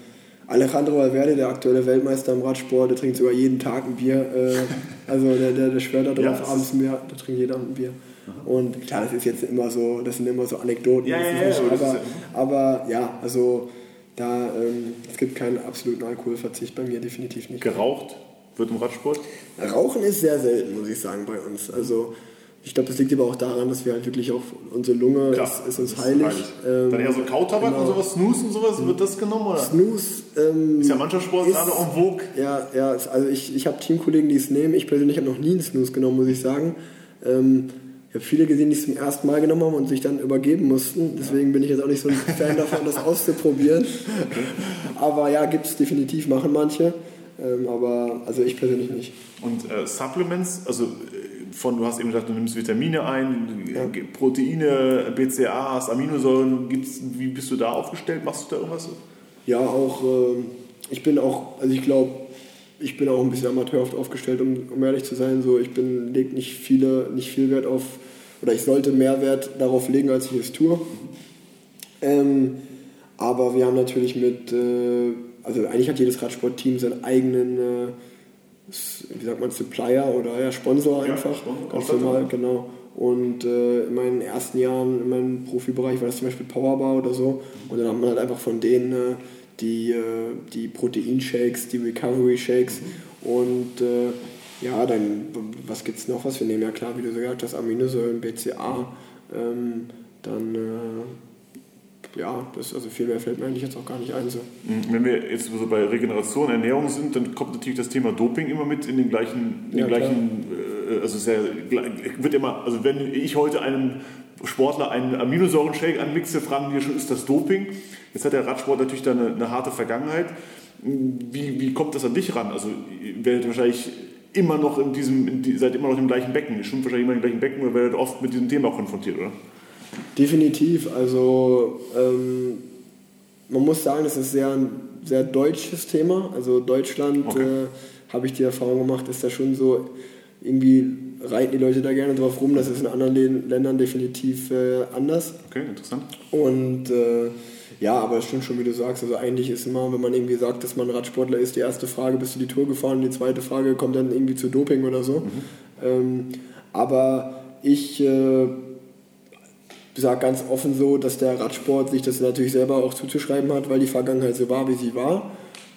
Alejandro Valverde, der aktuelle Weltmeister im Radsport, der trinkt sogar jeden Tag ein Bier. Also der schwört da drauf, abends ein Bier, der trinkt jeden Abend ein Bier. Und klar, das sind immer so Anekdoten. Aber also da, es gibt keinen absoluten Alkoholverzicht bei mir, definitiv nicht. Geraucht wird im Radsport? Rauchen ist sehr selten, muss ich sagen, bei uns. Also ich glaube, das liegt aber auch daran, dass wir halt wirklich auch, unsere Lunge ist uns heilig. Dann eher so Kautabak und sowas, Snus und sowas, wird das genommen, oder? Snus ist ja Mannschaftssport gerade en vogue. Ja, also ich habe Teamkollegen, die es nehmen. Ich persönlich habe noch nie einen Snus genommen, muss ich sagen. Ich habe viele gesehen, die es zum ersten Mal genommen haben und sich dann übergeben mussten. Deswegen bin ich jetzt auch nicht so ein Fan davon, das auszuprobieren. Aber ja, gibt es definitiv, machen manche. Aber also ich persönlich nicht. Und Supplements, also du hast eben gesagt, du nimmst Vitamine ein, Proteine, BCAAs, Aminosäuren, wie bist du da aufgestellt? Machst du da irgendwas? Ja, auch, ich bin auch ein bisschen amateurhaft aufgestellt, um ehrlich zu sein. So, ich lege nicht viel Wert auf, oder ich sollte mehr Wert darauf legen, als ich es tue. Aber wir haben natürlich also eigentlich hat jedes Radsportteam seinen eigenen, Supplier oder Sponsor einfach. Ganz normal, genau. Und in meinen ersten Jahren in meinem Profibereich war das zum Beispiel Powerbar oder so. Und dann hat man halt einfach von denen die Proteinshakes, die Recovery Shakes und dann, was gibt es noch, was wir nehmen? Ja klar, wie du gesagt hast, Aminosäuren, BCA, also viel mehr fällt mir eigentlich jetzt auch gar nicht ein. So. Wenn wir jetzt so bei Regeneration, Ernährung sind, dann kommt natürlich das Thema Doping immer mit in den gleichen wird immer, also wenn ich heute einem Sportler einen Aminosäuren-Shake anmixe, fragen die schon, ist das Doping? Jetzt hat der Radsport natürlich da eine harte Vergangenheit. Wie kommt das an dich ran? Also ihr werdet wahrscheinlich immer noch seid immer noch im gleichen Becken, ihr schwimmt wahrscheinlich immer im gleichen Becken und werdet oft mit diesem Thema konfrontiert, oder? Definitiv, also man muss sagen, das ist ein sehr deutsches Thema. Also Deutschland, habe ich die Erfahrung gemacht, ist da schon so, irgendwie reiten die Leute da gerne drauf rum. Das ist in anderen Ländern definitiv anders. Okay, interessant. Und aber es stimmt schon, wie du sagst. Also eigentlich ist immer, wenn man irgendwie sagt, dass man Radsportler ist, die erste Frage, bist du die Tour gefahren? Und die zweite Frage kommt dann irgendwie zu Doping oder so. Aber ich sage ganz offen so, dass der Radsport sich das natürlich selber auch zuzuschreiben hat, weil die Vergangenheit so war, wie sie war.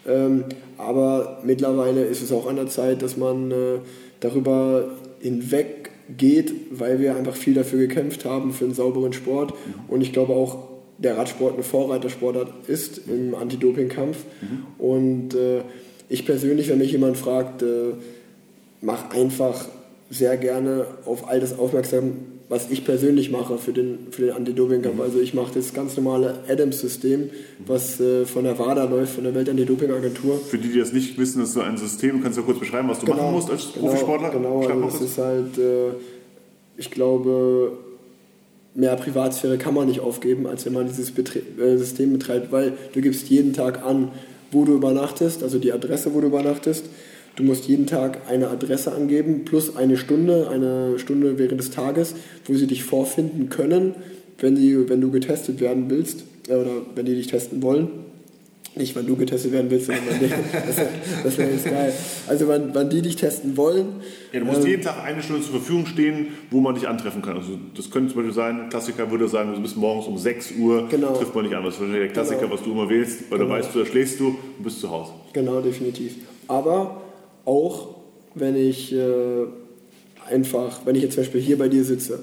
Aber mittlerweile ist es auch an der Zeit, dass man darüber hinweg geht, weil wir einfach viel dafür gekämpft haben, für einen sauberen Sport. Und ich glaube auch, der Radsport eine Vorreitersportart ist im Anti-Doping-Kampf. Und ich persönlich, wenn mich jemand fragt, mache einfach sehr gerne auf all das aufmerksam, was ich persönlich mache für den Anti-Doping-Kampf. Also ich mache das ganz normale ADAMS-System, was von der WADA läuft, von der Welt-Anti-Doping-Agentur. Für die das nicht wissen, ist so ein System, kannst du ja kurz beschreiben, was du machen musst als Profisportler? Genau, also das ist halt, ich glaube, mehr Privatsphäre kann man nicht aufgeben, als wenn man dieses System betreibt, weil du gibst jeden Tag an, wo du übernachtest, also die Adresse, wo du übernachtest. Du musst jeden Tag eine Adresse angeben, plus eine Stunde während des Tages, wo sie dich vorfinden können, wenn du getestet werden willst, oder wenn die dich testen wollen. Nicht, wenn du getestet werden willst, sondern das wäre jetzt geil. Also wann die dich testen wollen. Ja, du musst jeden Tag eine Stunde zur Verfügung stehen, wo man dich antreffen kann. Also das könnte zum Beispiel sein, ein Klassiker würde sagen, du bist morgens um 6 Uhr, trifft man dich an. Das ist wahrscheinlich der Klassiker, was du immer wählst, weil da weißt du, da schläfst du und bist zu Hause. Genau, definitiv. Aber auch wenn ich wenn ich jetzt zum Beispiel hier bei dir sitze,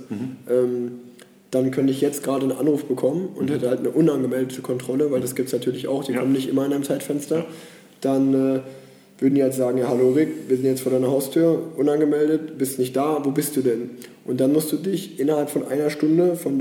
dann könnte ich jetzt gerade einen Anruf bekommen und hätte halt eine unangemeldete Kontrolle, weil das gibt es natürlich auch, die kommen nicht immer in einem Zeitfenster. Ja. Dann würden die halt sagen, ja hallo Rick, wir sind jetzt vor deiner Haustür, unangemeldet, bist nicht da, wo bist du denn? Und dann musst du dich innerhalb von einer Stunde von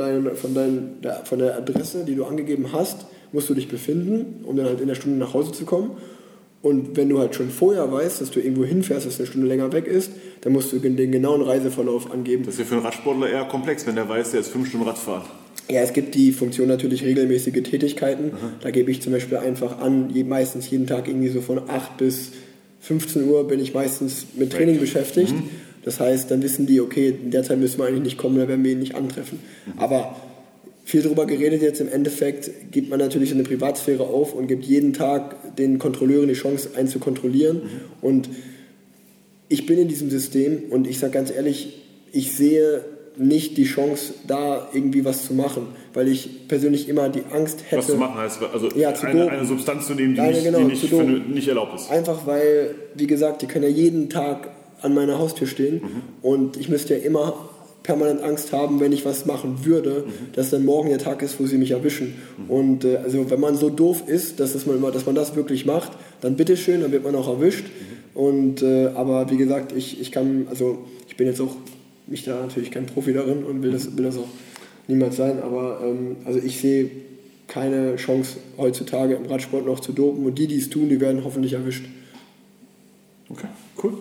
der Adresse, die du angegeben hast, musst du dich befinden, um dann halt in der Stunde nach Hause zu kommen. Und wenn du halt schon vorher weißt, dass du irgendwo hinfährst, das eine Stunde länger weg ist, dann musst du den genauen Reiseverlauf angeben. Das ist ja für einen Radsportler eher komplex, wenn der weiß, der ist 5 Stunden Radfahren. Ja, es gibt die Funktion natürlich regelmäßige Tätigkeiten. Da gebe ich zum Beispiel einfach an, meistens jeden Tag irgendwie so von 8 bis 15 Uhr bin ich meistens mit Training beschäftigt. Das heißt, dann wissen die, okay, in der Zeit müssen wir eigentlich nicht kommen, da werden wir ihn nicht antreffen. Aber viel darüber geredet jetzt. Im Endeffekt gibt man natürlich so eine Privatsphäre auf und gibt jeden Tag den Kontrolleuren die Chance, einen zu kontrollieren. Und ich bin in diesem System und ich sage ganz ehrlich, ich sehe nicht die Chance, da irgendwie was zu machen, weil ich persönlich immer die Angst hätte... Was zu machen heißt, also ja, eine Substanz zu nehmen, die nicht erlaubt ist. Einfach weil, wie gesagt, die können ja jeden Tag an meiner Haustür stehen und ich müsste ja immer permanent Angst haben, wenn ich was machen würde, dass dann morgen der Tag ist, wo sie mich erwischen. Und also wenn man so doof ist, dass man das wirklich macht, dann bitteschön, dann wird man auch erwischt. Und aber wie gesagt, ich bin jetzt auch nicht da natürlich kein Profi darin und will das auch niemals sein, aber also ich sehe keine Chance heutzutage im Radsport noch zu dopen und die es tun, die werden hoffentlich erwischt. Okay, cool.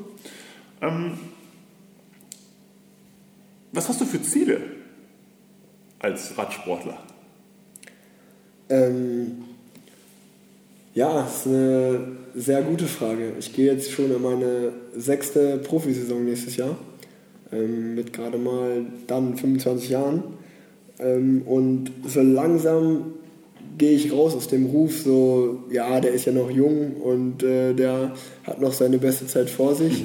Was hast du für Ziele als Radsportler? Ja, das ist eine sehr gute Frage. Ich gehe jetzt schon in meine 6. Profisaison nächstes Jahr. Mit gerade mal dann 25 Jahren. Und so langsam gehe ich raus aus dem Ruf, so, ja, der ist ja noch jung und der hat noch seine beste Zeit vor sich.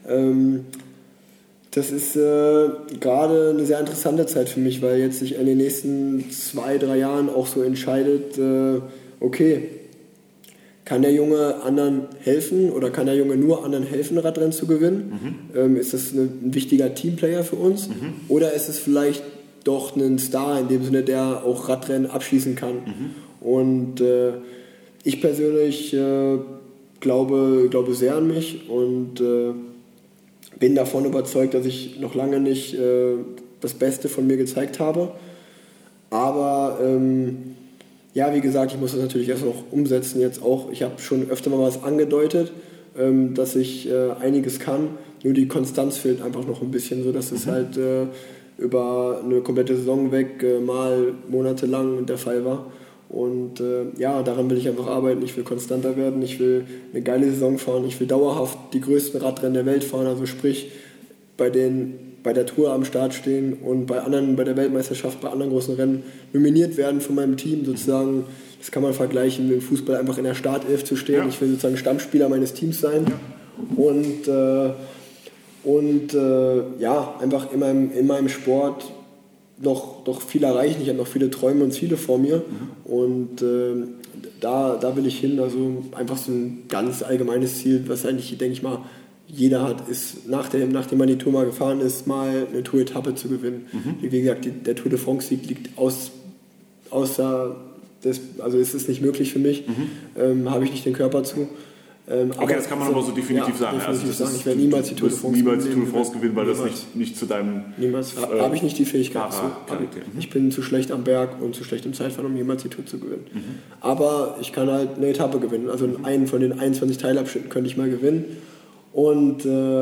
Das ist gerade eine sehr interessante Zeit für mich, weil jetzt sich in den nächsten 2-3 Jahren auch so entscheidet, okay, kann der Junge anderen helfen oder kann der Junge nur anderen helfen, Radrennen zu gewinnen? Ist das ein wichtiger Teamplayer für uns? Oder ist es vielleicht doch ein Star in dem Sinne, der auch Radrennen abschließen kann? Und ich persönlich glaube sehr an mich und bin davon überzeugt, dass ich noch lange nicht das Beste von mir gezeigt habe. Aber ja, wie gesagt, ich muss das natürlich erst noch umsetzen jetzt auch. Ich habe schon öfter mal was angedeutet, dass ich einiges kann. Nur die Konstanz fehlt einfach noch ein bisschen, so dass es halt über eine komplette Saison weg mal monatelang der Fall war. Und ja, daran will ich einfach arbeiten. Ich will konstanter werden, ich will eine geile Saison fahren, ich will dauerhaft die größten Radrennen der Welt fahren, also sprich bei der Tour am Start stehen und bei der Weltmeisterschaft, bei anderen großen Rennen nominiert werden von meinem Team sozusagen. Das kann man vergleichen mit dem Fußball, einfach in der Startelf zu stehen. Ja. Ich will sozusagen Stammspieler meines Teams sein und ja, einfach in meinem Sport noch viel erreichen. Ich habe noch viele Träume und Ziele vor mir und da will ich hin. Also einfach so ein ganz allgemeines Ziel, was eigentlich, denke ich mal, jeder hat, ist, nachdem man die Tour mal gefahren ist, mal eine Tour-Etappe zu gewinnen. Wie gesagt, der Tour de France-Sieg liegt außer das, also es ist nicht möglich für mich, habe ich nicht den Körper zu. Okay, das kann man aber so definitiv sagen. Definitiv sagen. Ich werde niemals die Tour de France gewinnen, weil das nicht zu deinem... Niemals. Habe ich nicht die Fähigkeit zu. Ich bin zu schlecht am Berg und zu schlecht im Zeitfahren, um jemals die Tour zu gewinnen. Aber ich kann halt eine Etappe gewinnen. Also einen von den 21 Teilabschnitten könnte ich mal gewinnen. Und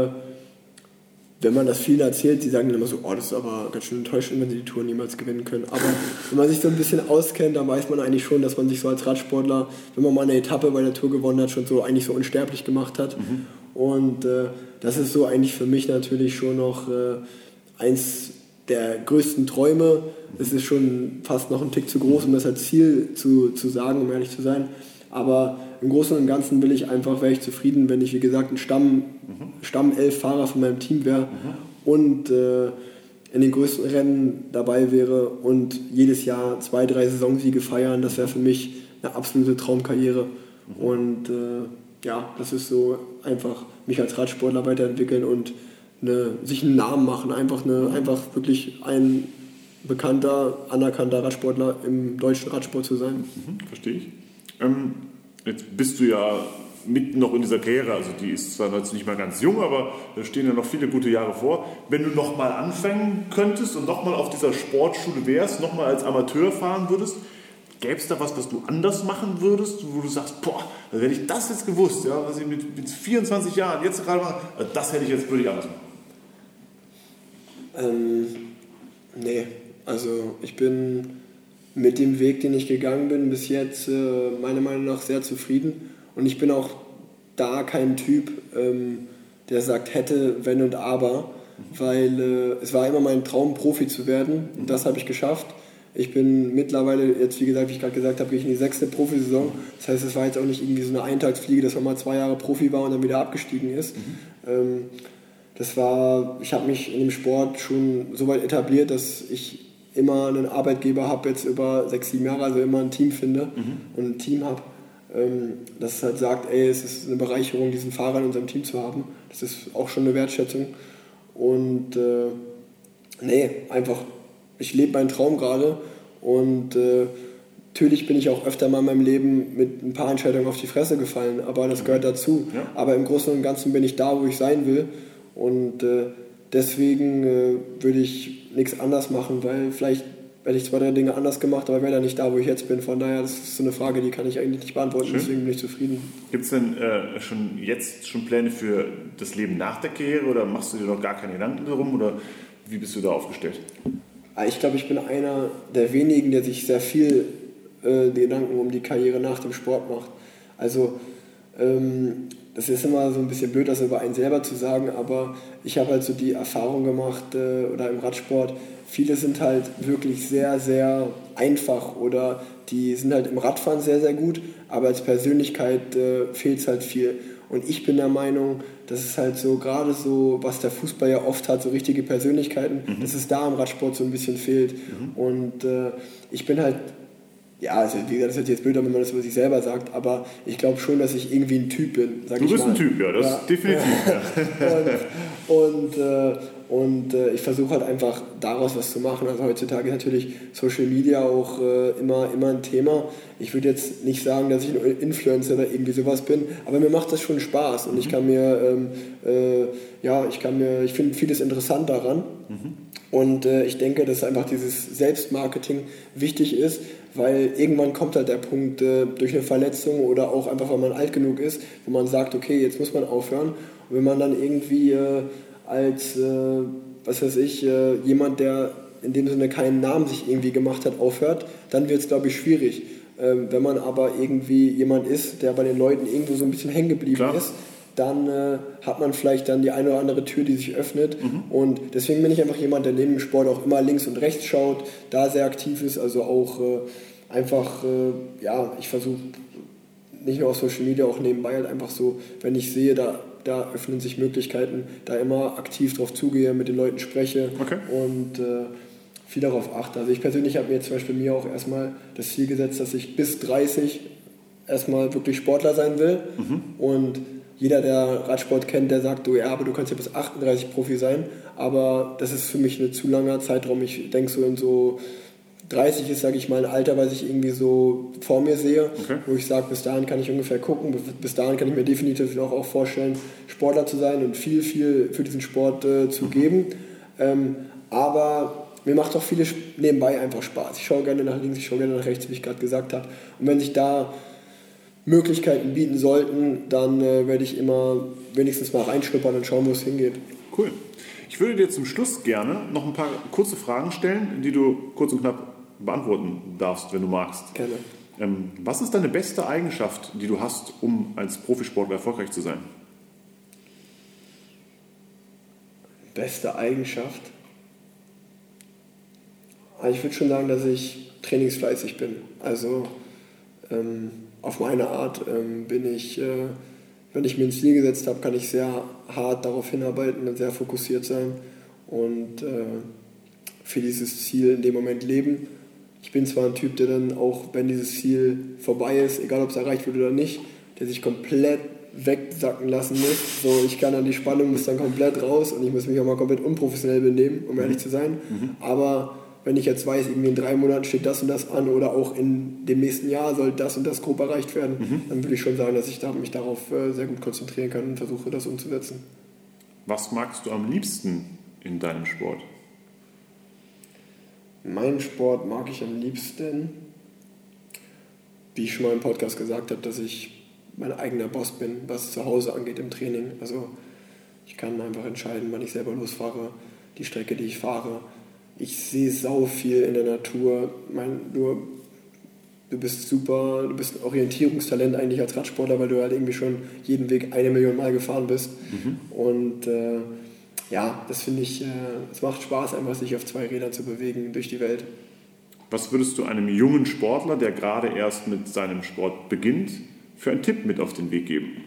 wenn man das vielen erzählt, die sagen dann immer so, oh, das ist aber ganz schön enttäuschend, wenn sie die Tour niemals gewinnen können. Aber wenn man sich so ein bisschen auskennt, dann weiß man eigentlich schon, dass man sich so als Radsportler, wenn man mal eine Etappe bei der Tour gewonnen hat, schon so eigentlich so unsterblich gemacht hat. Und das ist so eigentlich für mich natürlich schon noch eins der größten Träume. Es ist schon fast noch ein Tick zu groß, um das als Ziel zu sagen, um ehrlich zu sein. Aber im Großen und Ganzen wäre ich zufrieden, wenn ich, wie gesagt, ein Stamm-11-Fahrer von meinem Team wäre und in den größten Rennen dabei wäre und jedes Jahr 2-3 Saisonsiege feiern. Das wäre für mich eine absolute Traumkarriere. Und ja, das ist so einfach mich als Radsportler weiterentwickeln und sich einen Namen machen. Einfach wirklich ein bekannter, anerkannter Radsportler im deutschen Radsport zu sein. Verstehe ich. Jetzt bist du ja mitten noch in dieser Karriere, also die ist zwar jetzt nicht mal ganz jung, aber da stehen ja noch viele gute Jahre vor. Wenn du nochmal anfangen könntest und nochmal auf dieser Sportschule wärst, nochmal als Amateur fahren würdest, gäbe es da was du anders machen würdest, wo du sagst, boah, also wenn ich das jetzt gewusst, ja, was ich mit 24 Jahren jetzt gerade mache, das hätte ich jetzt wirklich anders machen? Nee, also ich bin mit dem Weg, den ich gegangen bin, bis jetzt meiner Meinung nach sehr zufrieden. Und ich bin auch da kein Typ, der sagt hätte, wenn und aber, weil es war immer mein Traum, Profi zu werden. Und das habe ich geschafft. Ich bin mittlerweile, jetzt wie gesagt, wie ich gerade gesagt habe, gehe ich in die 6. Profisaison. Das heißt, es war jetzt auch nicht irgendwie so eine Eintagsfliege, dass man mal 2 Jahre Profi war und dann wieder abgestiegen ist. Ich habe mich in dem Sport schon so weit etabliert, dass ich immer einen Arbeitgeber habe, jetzt über 6, 7 Jahre, also immer ein Team finde und ein Team habe, das halt sagt, es ist eine Bereicherung, diesen Fahrer in unserem Team zu haben. Das ist auch schon eine Wertschätzung. Und einfach, ich lebe meinen Traum gerade und natürlich bin ich auch öfter mal in meinem Leben mit ein paar Entscheidungen auf die Fresse gefallen, aber das gehört dazu. Ja. Aber im Großen und Ganzen bin ich da, wo ich sein will und deswegen würde ich nichts anders machen, weil vielleicht hätte ich 2, 3 Dinge anders gemacht, aber wäre da nicht da, wo ich jetzt bin. Von daher, das ist so eine Frage, die kann ich eigentlich nicht beantworten, deswegen bin ich zufrieden. Gibt es denn schon Pläne für das Leben nach der Karriere oder machst du dir noch gar keine Gedanken darum oder wie bist du da aufgestellt? Ich glaube, ich bin einer der wenigen, der sich sehr viel Gedanken um die Karriere nach dem Sport macht. Also das ist immer so ein bisschen blöd, das über einen selber zu sagen, aber ich habe halt so die Erfahrung gemacht oder im Radsport, viele sind halt wirklich sehr, sehr einfach oder die sind halt im Radfahren sehr, sehr gut, aber als Persönlichkeit fehlt es halt viel. Und ich bin der Meinung, dass es halt so, gerade so, was der Fußball ja oft hat, so richtige Persönlichkeiten, dass es da im Radsport so ein bisschen fehlt. Und ich bin halt, also wie gesagt, das ist jetzt blöd, wenn man das über sich selber sagt, aber ich glaube schon, dass ich irgendwie ein Typ bin. Du bist ein Typ, ja, das ist definitiv. Ja. Und ich versuche halt einfach daraus was zu machen. Also heutzutage ist natürlich Social Media auch immer ein Thema. Ich würde jetzt nicht sagen, dass ich ein Influencer oder irgendwie sowas bin, aber mir macht das schon Spaß und ich finde vieles interessant daran. Und ich denke, dass einfach dieses Selbstmarketing wichtig ist, weil irgendwann kommt halt der Punkt durch eine Verletzung oder auch einfach, weil man alt genug ist, wo man sagt, okay, jetzt muss man aufhören. Und wenn man dann irgendwie als, jemand, der in dem Sinne keinen Namen sich irgendwie gemacht hat, aufhört, dann wird es, glaube ich, schwierig. Wenn man aber irgendwie jemand ist, der bei den Leuten irgendwo so ein bisschen hängen geblieben ist, dann hat man vielleicht dann die eine oder andere Tür, die sich öffnet. Und deswegen bin ich einfach jemand, der neben dem Sport auch immer links und rechts schaut, da sehr aktiv ist, also auch ich versuche nicht nur auf Social Media, auch nebenbei halt einfach so, wenn ich sehe, da öffnen sich Möglichkeiten, da immer aktiv drauf zugehe, mit den Leuten spreche und viel darauf achte. Also ich persönlich habe mir jetzt zum Beispiel auch erstmal das Ziel gesetzt, dass ich bis 30 erstmal wirklich Sportler sein will und jeder, der Radsport kennt, der sagt, aber du kannst ja bis 38 Profi sein, aber das ist für mich ein zu langer Zeitraum. Ich denke so in so 30 ist, sage ich mal, ein Alter, was ich irgendwie so vor mir sehe, wo ich sage, bis dahin kann ich ungefähr gucken, bis dahin kann ich mir definitiv auch vorstellen, Sportler zu sein und viel für diesen Sport zu geben. Aber mir macht auch vieles nebenbei einfach Spaß. Ich schaue gerne nach links, ich schaue gerne nach rechts, wie ich gerade gesagt habe. Und wenn sich da Möglichkeiten bieten sollten, dann werde ich immer wenigstens mal reinschnuppern und schauen, wo es hingeht. Cool. Ich würde dir zum Schluss gerne noch ein paar kurze Fragen stellen, die du kurz und knapp beantworten darfst, wenn du magst. Gerne. Was ist deine beste Eigenschaft, die du hast, um als Profisportler erfolgreich zu sein? Beste Eigenschaft? Ich würde schon sagen, dass ich trainingsfleißig bin. Also auf meine Art bin ich, wenn ich mir ein Ziel gesetzt habe, kann ich sehr hart darauf hinarbeiten und sehr fokussiert sein und für dieses Ziel in dem Moment leben. Ich bin zwar ein Typ, der dann auch, wenn dieses Ziel vorbei ist, egal ob es erreicht wird oder nicht, der sich komplett wegsacken lassen muss. So, ich kann dann, die Spannung muss dann komplett raus und ich muss mich auch mal komplett unprofessionell benehmen, um ehrlich zu sein. Aber wenn ich jetzt weiß, irgendwie in 3 Monaten steht das und das an oder auch in dem nächsten Jahr soll das und das grob erreicht werden, dann würde ich schon sagen, dass ich mich darauf sehr gut konzentrieren kann und versuche, das umzusetzen. Was magst du am liebsten in deinem Sport? Meinen Sport mag ich am liebsten, wie ich schon mal im Podcast gesagt habe, dass ich mein eigener Boss bin, was zu Hause angeht im Training. Also ich kann einfach entscheiden, wann ich selber losfahre, die Strecke, die ich fahre. Ich sehe sau viel in der Natur. Du bist super, du bist ein Orientierungstalent eigentlich als Radsportler, weil du halt irgendwie schon jeden Weg 1 Million Mal gefahren bist. Und das finde ich, es macht Spaß, einfach sich auf 2 Rädern zu bewegen durch die Welt. Was würdest du einem jungen Sportler, der gerade erst mit seinem Sport beginnt, für einen Tipp mit auf den Weg geben?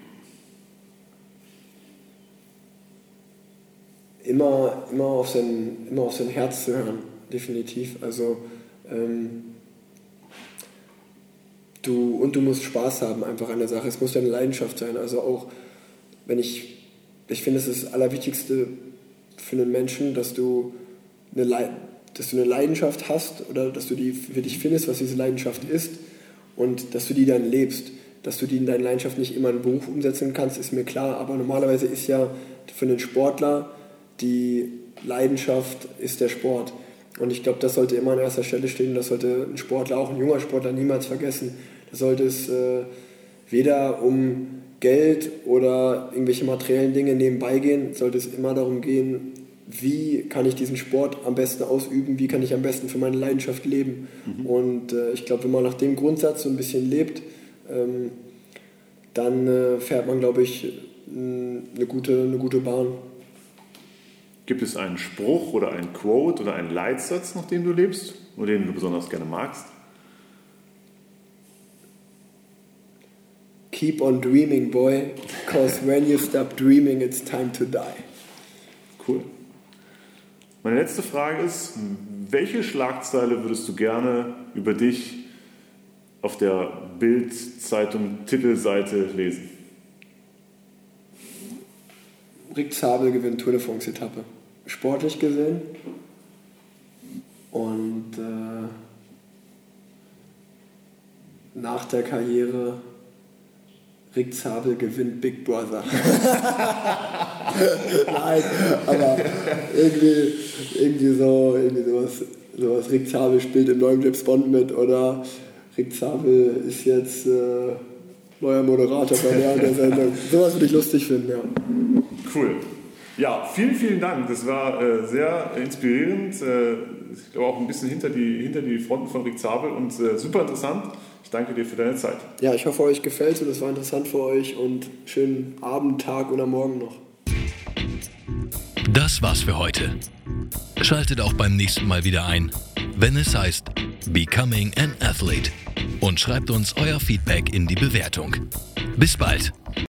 Immer auf sein Herz zu hören, definitiv. Also du musst Spaß haben einfach an der Sache. Es muss deine Leidenschaft sein. Also auch wenn ich finde, es ist das Allerwichtigste für einen Menschen, dass du eine Leidenschaft hast oder dass du die für dich findest, was diese Leidenschaft ist und dass du die dann lebst. Dass du die in deine Leidenschaft nicht immer in einen Beruf umsetzen kannst, ist mir klar, aber normalerweise ist ja für einen Sportler die Leidenschaft ist der Sport. Und ich glaube, das sollte immer an erster Stelle stehen. Das sollte ein Sportler, auch ein junger Sportler, niemals vergessen. Da sollte es weder um Geld oder irgendwelche materiellen Dinge nebenbei gehen, sollte es immer darum gehen, wie kann ich diesen Sport am besten ausüben, wie kann ich am besten für meine Leidenschaft leben. Und ich glaube, wenn man nach dem Grundsatz so ein bisschen lebt, dann fährt man, glaube ich, eine gute Bahn. Gibt es einen Spruch oder einen Quote oder einen Leitsatz, nach dem du lebst oder den du besonders gerne magst? Keep on dreaming, boy, because when you stop dreaming, it's time to die. Cool. Meine letzte Frage ist, welche Schlagzeile würdest du gerne über dich auf der Bild-Zeitung Titelseite lesen? Rick Zabel gewinnt Tour de France-Etappe. Sportlich gesehen. Und nach der Karriere Rick Zabel gewinnt Big Brother. Nein, aber irgendwie sowas. Rick Zabel spielt im neuen James Bond mit oder Rick Zabel ist jetzt neuer Moderator bei der Sendung. Sowas würde ich lustig finden, ja. Cool. Ja, vielen, vielen Dank. Das war sehr inspirierend. Ich glaube auch ein bisschen hinter die Fronten von Rick Zabel und super interessant. Ich danke dir für deine Zeit. Ja, ich hoffe, euch gefällt es und es war interessant für euch und schönen Abend, Tag oder Morgen noch. Das war's für heute. Schaltet auch beim nächsten Mal wieder ein, wenn es heißt Becoming an Athlete und schreibt uns euer Feedback in die Bewertung. Bis bald!